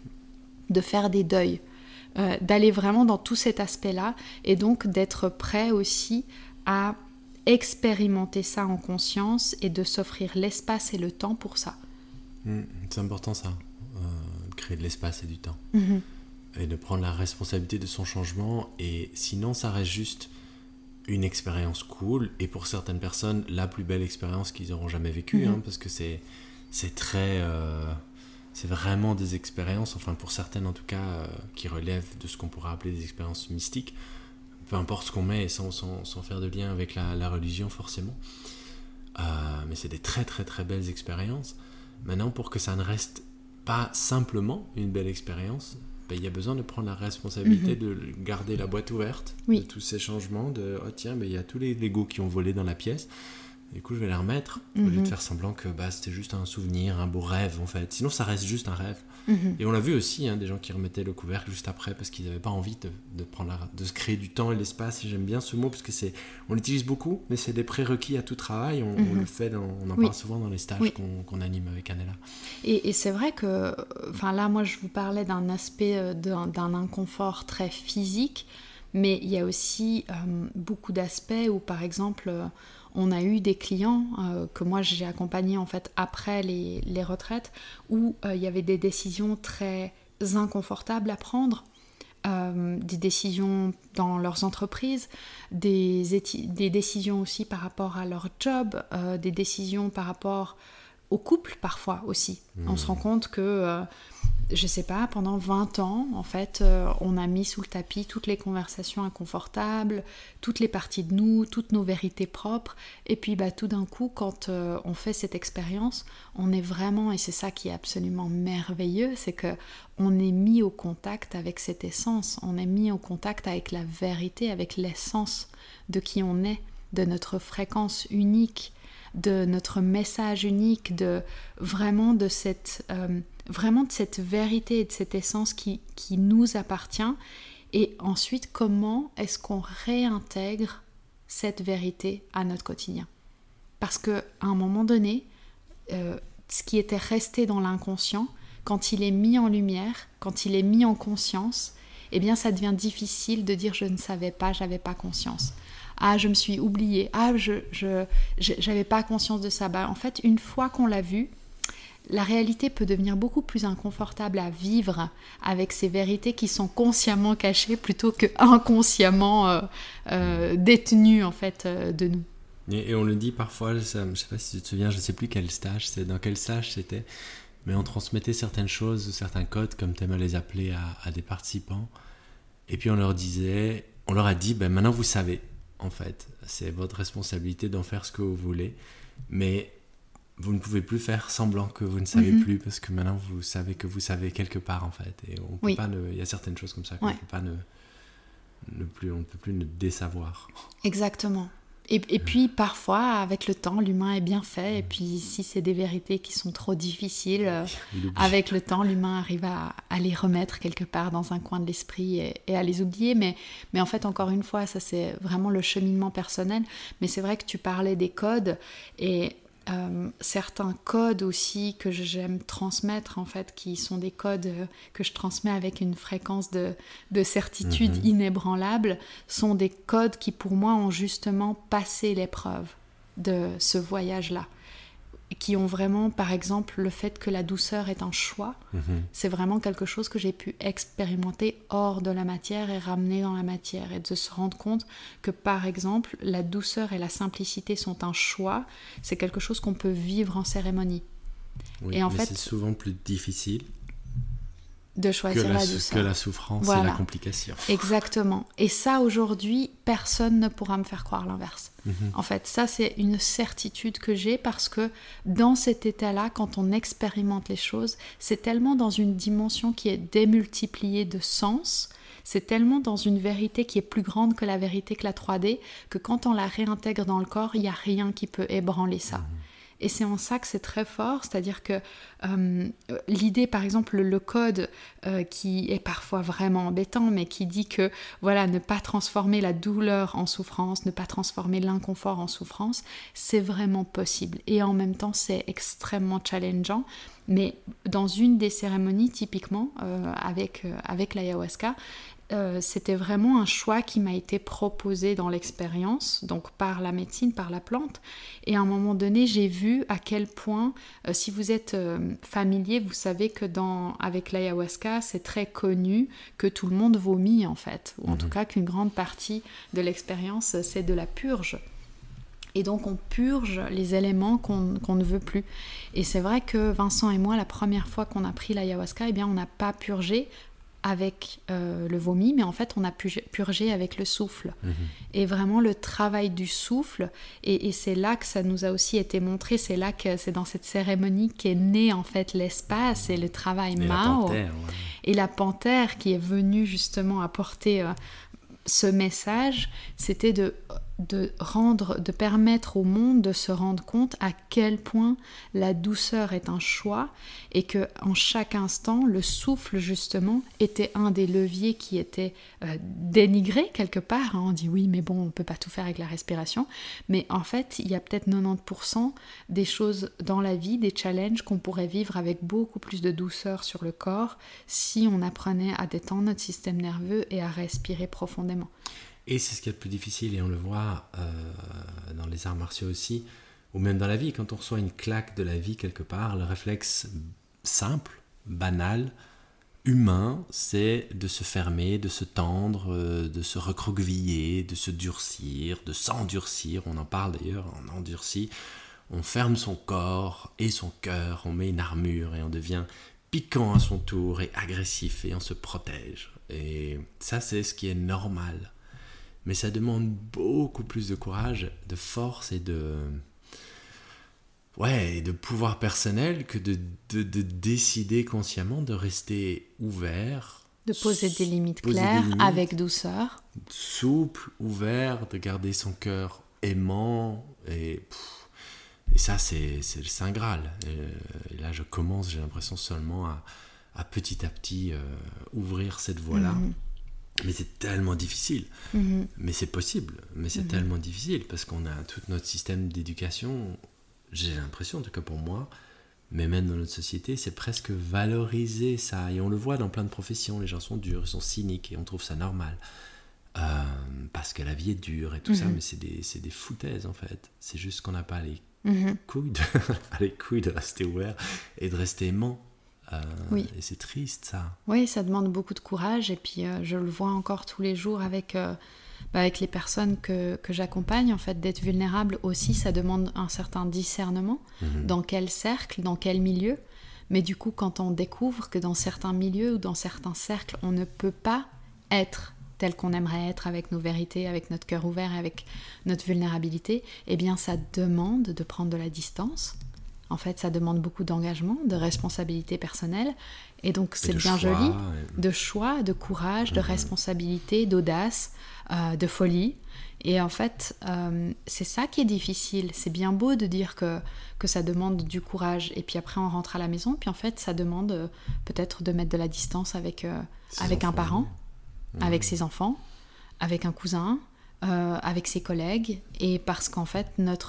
de faire des deuils. Euh, d'aller vraiment dans tout cet aspect-là et donc d'être prêt aussi à expérimenter ça en conscience et de s'offrir l'espace et le temps pour ça. Mmh, c'est important ça, euh, de créer de l'espace et du temps. Mmh. Et de prendre la responsabilité de son changement, et sinon ça reste juste une expérience cool, et pour certaines personnes la plus belle expérience qu'ils auront jamais vécue, mmh. hein, parce que c'est, c'est très... Euh, c'est vraiment des expériences, enfin pour certaines en tout cas, euh, qui relèvent de ce qu'on pourrait appeler des expériences mystiques, peu importe ce qu'on met, sans, sans, sans faire de lien avec la, la religion forcément. Euh, mais c'est des très très très belles expériences. Maintenant, pour que ça ne reste pas simplement une belle expérience, ben, il y a besoin de prendre la responsabilité mmh. de garder la boîte ouverte, oui. de tous ces changements, de oh tiens, ben, il y a tous les Legos qui ont volé dans la pièce. Du coup, je vais les remettre, mmh. au lieu de faire semblant que bah, c'était juste un souvenir, un beau rêve, en fait. Sinon, ça reste juste un rêve. Mmh. Et on l'a vu aussi, hein, des gens qui remettaient le couvercle juste après parce qu'ils n'avaient pas envie de, de, prendre la, de se créer du temps et l'espace. Et j'aime bien ce mot parce que c'est, on l'utilise beaucoup, mais c'est des prérequis à tout travail. On, mmh. on le fait, dans, on en oui. parle souvent dans les stages oui. qu'on, qu'on anime avec Anela. Et, et c'est vrai que, enfin là, moi, je vous parlais d'un aspect, d'un, d'un inconfort très physique, mais il y a aussi euh, beaucoup d'aspects où, par exemple... Euh, on a eu des clients euh, que moi j'ai accompagnés en fait après les, les retraites où euh, il y avait des décisions très inconfortables à prendre, euh, des décisions dans leurs entreprises, des, éti- des décisions aussi par rapport à leur job, euh, des décisions par rapport au couple parfois aussi. Mmh. On se rend compte que... Euh, je sais pas, pendant vingt ans, en fait, euh, on a mis sous le tapis toutes les conversations inconfortables, toutes les parties de nous, toutes nos vérités propres. Et puis, bah, tout d'un coup, quand euh, on fait cette expérience, on est vraiment, et c'est ça qui est absolument merveilleux, c'est que on est mis au contact avec cette essence, on est mis au contact avec la vérité, avec l'essence de qui on est, de notre fréquence unique, de notre message unique, de vraiment de cette... Euh, vraiment de cette vérité et de cette essence qui, qui nous appartient, et ensuite comment est-ce qu'on réintègre cette vérité à notre quotidien. Parce qu'à un moment donné, euh, ce qui était resté dans l'inconscient, quand il est mis en lumière, quand il est mis en conscience, eh bien ça devient difficile de dire je ne savais pas, j'avais pas conscience. Ah, je me suis oubliée, ah, je, je, je, j'avais pas conscience de ça. Bah, en fait, une fois qu'on l'a vu, la réalité peut devenir beaucoup plus inconfortable à vivre avec ces vérités qui sont consciemment cachées plutôt que inconsciemment euh, euh, détenues en fait euh, de nous. Et, et on le dit parfois, je ne sais pas si tu te souviens, je ne sais plus quel stage, c'est dans quel stage c'était, mais on transmettait certaines choses, certains codes, comme tu aimes à les appeler, à, à des participants, et puis on leur disait, on leur a dit, ben maintenant vous savez, en fait, c'est votre responsabilité d'en faire ce que vous voulez, mais vous ne pouvez plus faire semblant que vous ne savez mm-hmm. plus, parce que maintenant vous savez que vous savez quelque part en fait, et on peut oui. pas ne... il y a certaines choses comme ça qu'on ouais. peut pas ne... ne plus, on ne peut plus ne désavoir. Exactement. Et, et puis parfois avec le temps l'humain est bien fait, et puis si c'est des vérités qui sont trop difficiles, euh, avec le temps l'humain arrive à, à les remettre quelque part dans un coin de l'esprit et, et à les oublier, mais, mais en fait encore une fois ça c'est vraiment le cheminement personnel. Mais c'est vrai que tu parlais des codes, et euh, certains codes aussi que j'aime transmettre, en fait, qui sont des codes euh, que je transmets avec une fréquence de, de certitude mmh. inébranlable, sont des codes qui pour moi ont justement passé l'épreuve de ce voyage-là, qui ont vraiment, par exemple, le fait que la douceur est un choix, mmh. c'est vraiment quelque chose que j'ai pu expérimenter hors de la matière et ramener dans la matière, et de se rendre compte que, par exemple, la douceur et la simplicité sont un choix, c'est quelque chose qu'on peut vivre en cérémonie. Oui, et en mais fait, c'est souvent plus difficile de choisir que la, la douceur. Que la souffrance voilà. et la complication. Exactement. Et ça, aujourd'hui, personne ne pourra me faire croire l'inverse. Mm-hmm. En fait, ça, c'est une certitude que j'ai, parce que dans cet état-là, quand on expérimente les choses, c'est tellement dans une dimension qui est démultipliée de sens, c'est tellement dans une vérité qui est plus grande que la vérité que la trois D, que quand on la réintègre dans le corps, il n'y a rien qui peut ébranler ça. Mm-hmm. Et c'est en ça que c'est très fort, c'est-à-dire que euh, l'idée, par exemple, le code euh, qui est parfois vraiment embêtant, mais qui dit que, voilà, ne pas transformer la douleur en souffrance, ne pas transformer l'inconfort en souffrance, c'est vraiment possible. Et en même temps, c'est extrêmement challengeant. Mais dans une des cérémonies, typiquement, euh, avec, euh, avec l'ayahuasca, Euh, c'était vraiment un choix qui m'a été proposé dans l'expérience, donc par la médecine, par la plante. Et à un moment donné, j'ai vu à quel point, euh, si vous êtes euh, familier, vous savez que dans, avec l'ayahuasca, c'est très connu que tout le monde vomit, en fait. Ou en mmh. tout cas qu'une grande partie de l'expérience, c'est de la purge. Et donc on purge les éléments qu'on, qu'on ne veut plus. Et c'est vrai que Vincent et moi, la première fois qu'on a pris l'ayahuasca, eh bien, on n'a pas purgé avec euh, le vomi, mais en fait on a purgé avec le souffle. Mmh. Et vraiment le travail du souffle, et, et c'est là que ça nous a aussi été montré, c'est là que c'est dans cette cérémonie qu'est né en fait l'espace et le travail et Mao. La panthère, ouais. Et la panthère qui est venue justement apporter euh, ce message, c'était de, de rendre, de permettre au monde de se rendre compte à quel point la douceur est un choix, et que en chaque instant, le souffle justement était un des leviers qui était euh, dénigré quelque part. Hein. On dit oui, mais bon, on peut pas tout faire avec la respiration. Mais en fait, il y a peut-être quatre-vingt-dix pour cent des choses dans la vie, des challenges qu'on pourrait vivre avec beaucoup plus de douceur sur le corps si on apprenait à détendre notre système nerveux et à respirer profondément. Et c'est ce qui est le plus difficile, et on le voit euh, dans les arts martiaux aussi, ou même dans la vie, quand on reçoit une claque de la vie quelque part, le réflexe simple, banal, humain, c'est de se fermer, de se tendre, euh, de se recroqueviller, de se durcir, de s'endurcir. On en parle d'ailleurs, on endurcit. On ferme son corps et son cœur, on met une armure et on devient piquant à son tour et agressif, et on se protège. Et ça, c'est ce qui est normal. Mais ça demande beaucoup plus de courage, de force et de, ouais, et de pouvoir personnel que de, de, de décider consciemment de rester ouvert. De poser des limites poser claires, des limites, avec douceur. Souple, ouvert, de garder son cœur aimant. Et, pff, et ça, c'est, c'est le Saint Graal. Et, et là, je commence, j'ai l'impression seulement à, à petit à petit euh, ouvrir cette voie-là. Mmh. Mais c'est tellement difficile. Mmh. Mais c'est possible. Mais c'est mmh. tellement difficile parce qu'on a tout notre système d'éducation, j'ai l'impression, en tout cas pour moi, mais même dans notre société, c'est presque valoriser ça. Et on le voit dans plein de professions. Les gens sont durs, ils sont cyniques et on trouve ça normal. Euh, parce que la vie est dure et tout mmh. ça, mais c'est des, c'est des foutaises en fait. C'est juste qu'on n'a pas les, mmh. couilles de, les couilles de rester ouvert et de rester aimant. Euh, oui. Et c'est triste ça. Oui, ça demande beaucoup de courage, et puis euh, je le vois encore tous les jours avec, euh, bah, avec les personnes que, que j'accompagne. En fait, d'être vulnérable aussi, ça demande un certain discernement. Mm-hmm. Dans quel cercle, dans quel milieu. Mais du coup, quand on découvre que dans certains milieux ou dans certains cercles, on ne peut pas être tel qu'on aimerait être, avec nos vérités, avec notre cœur ouvert, avec notre vulnérabilité, eh bien ça demande de prendre de la distance. En fait, ça demande beaucoup d'engagement, de responsabilité personnelle. Et donc, c'est et bien choix, joli. Et... De choix, de courage, mmh. de responsabilité, d'audace, euh, de folie. Et en fait, euh, c'est ça qui est difficile. C'est bien beau de dire que, que ça demande du courage. Et puis après, on rentre à la maison. Puis en fait, ça demande euh, peut-être de mettre de la distance avec, euh, avec un parent, mmh. avec ses enfants, avec un cousin, euh, avec ses collègues. Et parce qu'en fait, notre...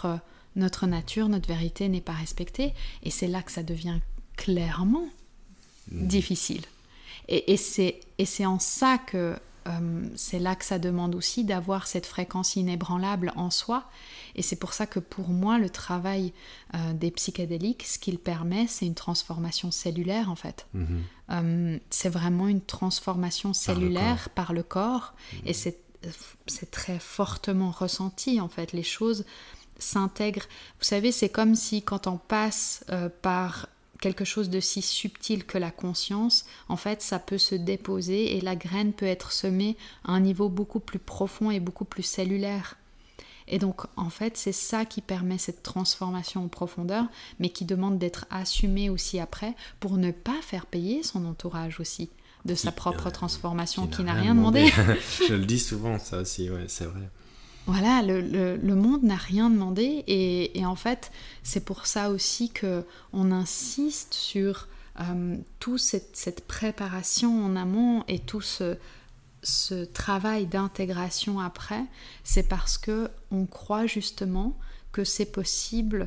notre nature, notre vérité n'est pas respectée. Et c'est là que ça devient clairement mmh. difficile. Et, et, c'est, et c'est en ça que euh, c'est là que ça demande aussi d'avoir cette fréquence inébranlable en soi. Et c'est pour ça que pour moi, le travail euh, des psychédéliques, ce qu'il permet, c'est une transformation cellulaire en fait. Mmh. Euh, c'est vraiment une transformation cellulaire par le corps, par le corps mmh. et c'est, c'est très fortement ressenti en fait. Les choses s'intègrent. Vous savez, c'est comme si quand on passe euh, par quelque chose de si subtil que la conscience, en fait, ça peut se déposer et la graine peut être semée à un niveau beaucoup plus profond et beaucoup plus cellulaire. Et donc, en fait, c'est ça qui permet cette transformation en profondeur, mais qui demande d'être assumé aussi après pour ne pas faire payer son entourage aussi de qui, sa propre euh, transformation qui, qui n'a, n'a rien demandé. demandé. Je le dis souvent, ça aussi, ouais, c'est vrai. Voilà, le, le, le monde n'a rien demandé et, et en fait, c'est pour ça aussi qu'on insiste sur euh, toute cette, cette préparation en amont et tout ce, ce travail d'intégration après. C'est parce qu'on croit justement que c'est possible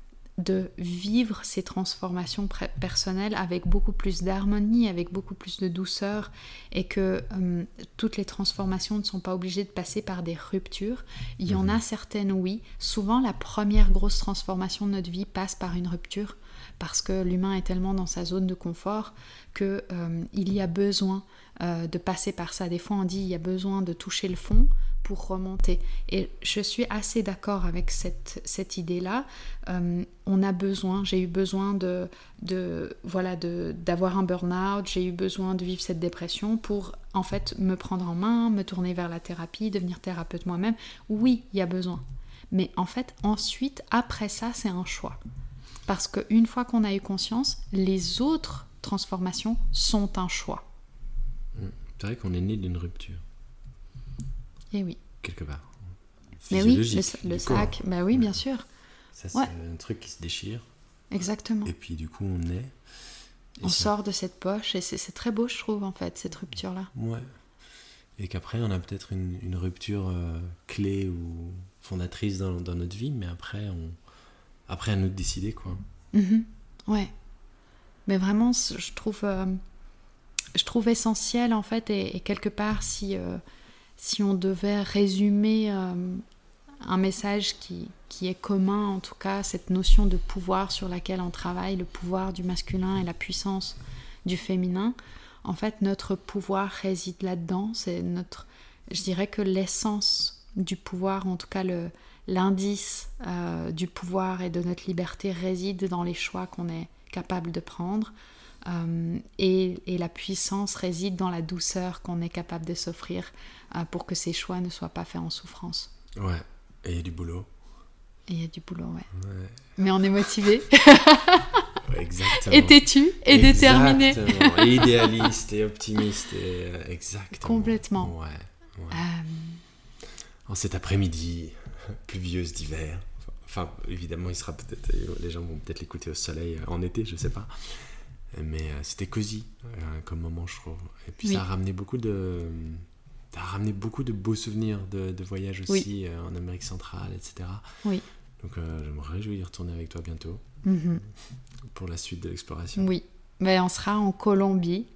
de vivre ces transformations pré- personnelles avec beaucoup plus d'harmonie, avec beaucoup plus de douceur et que euh, toutes les transformations ne sont pas obligées de passer par des ruptures. Il y en a certaines, oui. Souvent, la première grosse transformation de notre vie passe par une rupture parce que l'humain est tellement dans sa zone de confort qu'il euh, y a besoin euh, de passer par ça. Des fois, on dit qu'il y a besoin de toucher le fond pour remonter. Et je suis assez d'accord avec cette, cette idée-là. Euh, on a besoin, j'ai eu besoin de, de, voilà, de, d'avoir un burn-out, j'ai eu besoin de vivre cette dépression pour en fait me prendre en main, me tourner vers la thérapie, devenir thérapeute moi-même. Oui, il y a besoin. Mais en fait, ensuite, après ça, c'est un choix. Parce qu'une fois qu'on a eu conscience, les autres transformations sont un choix. C'est vrai qu'on est né d'une rupture. Et oui. Quelque part. Mais oui, le, le sac, bah oui, ouais. bien sûr. Ça, c'est ouais. un truc qui se déchire. Exactement. Et puis, du coup, on est. On ça... sort de cette poche et c'est, c'est très beau, je trouve, en fait, cette rupture-là. Ouais. Et qu'après, on a peut-être une, une rupture euh, clé ou fondatrice dans, dans notre vie, mais après, on... après, à nous de décider, quoi. Mm-hmm. Ouais. Mais vraiment, je trouve, euh, je trouve essentiel, en fait, et, et quelque part, si. Euh, Si on devait résumer euh, un message qui, qui est commun, en tout cas, cette notion de pouvoir sur laquelle on travaille, le pouvoir du masculin et la puissance du féminin, en fait, notre pouvoir réside là-dedans. C'est notre, je dirais que l'essence du pouvoir, en tout cas le, l'indice euh, du pouvoir et de notre liberté réside dans les choix qu'on est capable de prendre. Euh, et, et la puissance réside dans la douceur qu'on est capable de s'offrir euh, pour que ces choix ne soient pas faits en souffrance. Ouais, et il y a du boulot. Et il y a du boulot, ouais. ouais. Mais on est motivé. Ouais, exactement. Et têtu, et déterminé. Exactement, et idéaliste, et optimiste, et euh, exactement. Complètement. Ouais, ouais. Euh... En cet après-midi pluvieuse d'hiver, enfin, évidemment, il sera peut-être, les gens vont peut-être l'écouter au soleil en été, je sais pas. Mais euh, c'était cosy euh, comme moment, je trouve. Et puis oui. ça a ramené beaucoup de, ça a ramené beaucoup de beaux souvenirs de, de voyages aussi oui. euh, en Amérique centrale, et cetera. Oui. Donc euh, je me réjouis de retourner avec toi bientôt mm-hmm. pour la suite de l'exploration. Oui, mais on sera en Colombie.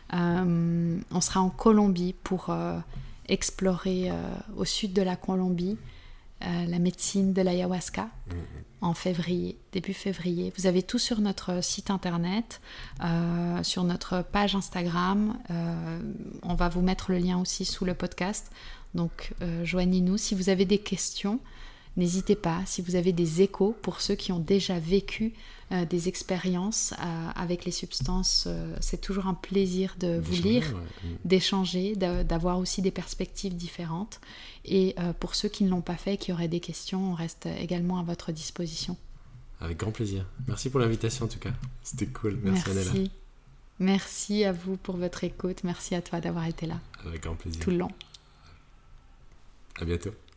Euh, on sera en Colombie pour euh, explorer euh, au sud de la Colombie euh, la médecine de l'ayahuasca. Mm-hmm. En février, début février. Vous avez tout sur notre site internet, euh, sur notre page Instagram. Euh, on va vous mettre le lien aussi sous le podcast. Donc, euh, joignez-nous. Si vous avez des questions, n'hésitez pas. Si vous avez des échos, pour ceux qui ont déjà vécu euh, des expériences euh, avec les substances, euh, c'est toujours un plaisir de vous lire, ouais. d'échanger, d'avoir aussi des perspectives différentes. Et euh, pour ceux qui ne l'ont pas fait, qui auraient des questions, on reste également à votre disposition. Avec grand plaisir. Merci pour l'invitation en tout cas. C'était cool. Merci, Merci. Annella. Merci à vous pour votre écoute. Merci à toi d'avoir été là. Avec grand plaisir. Tout le long. À bientôt.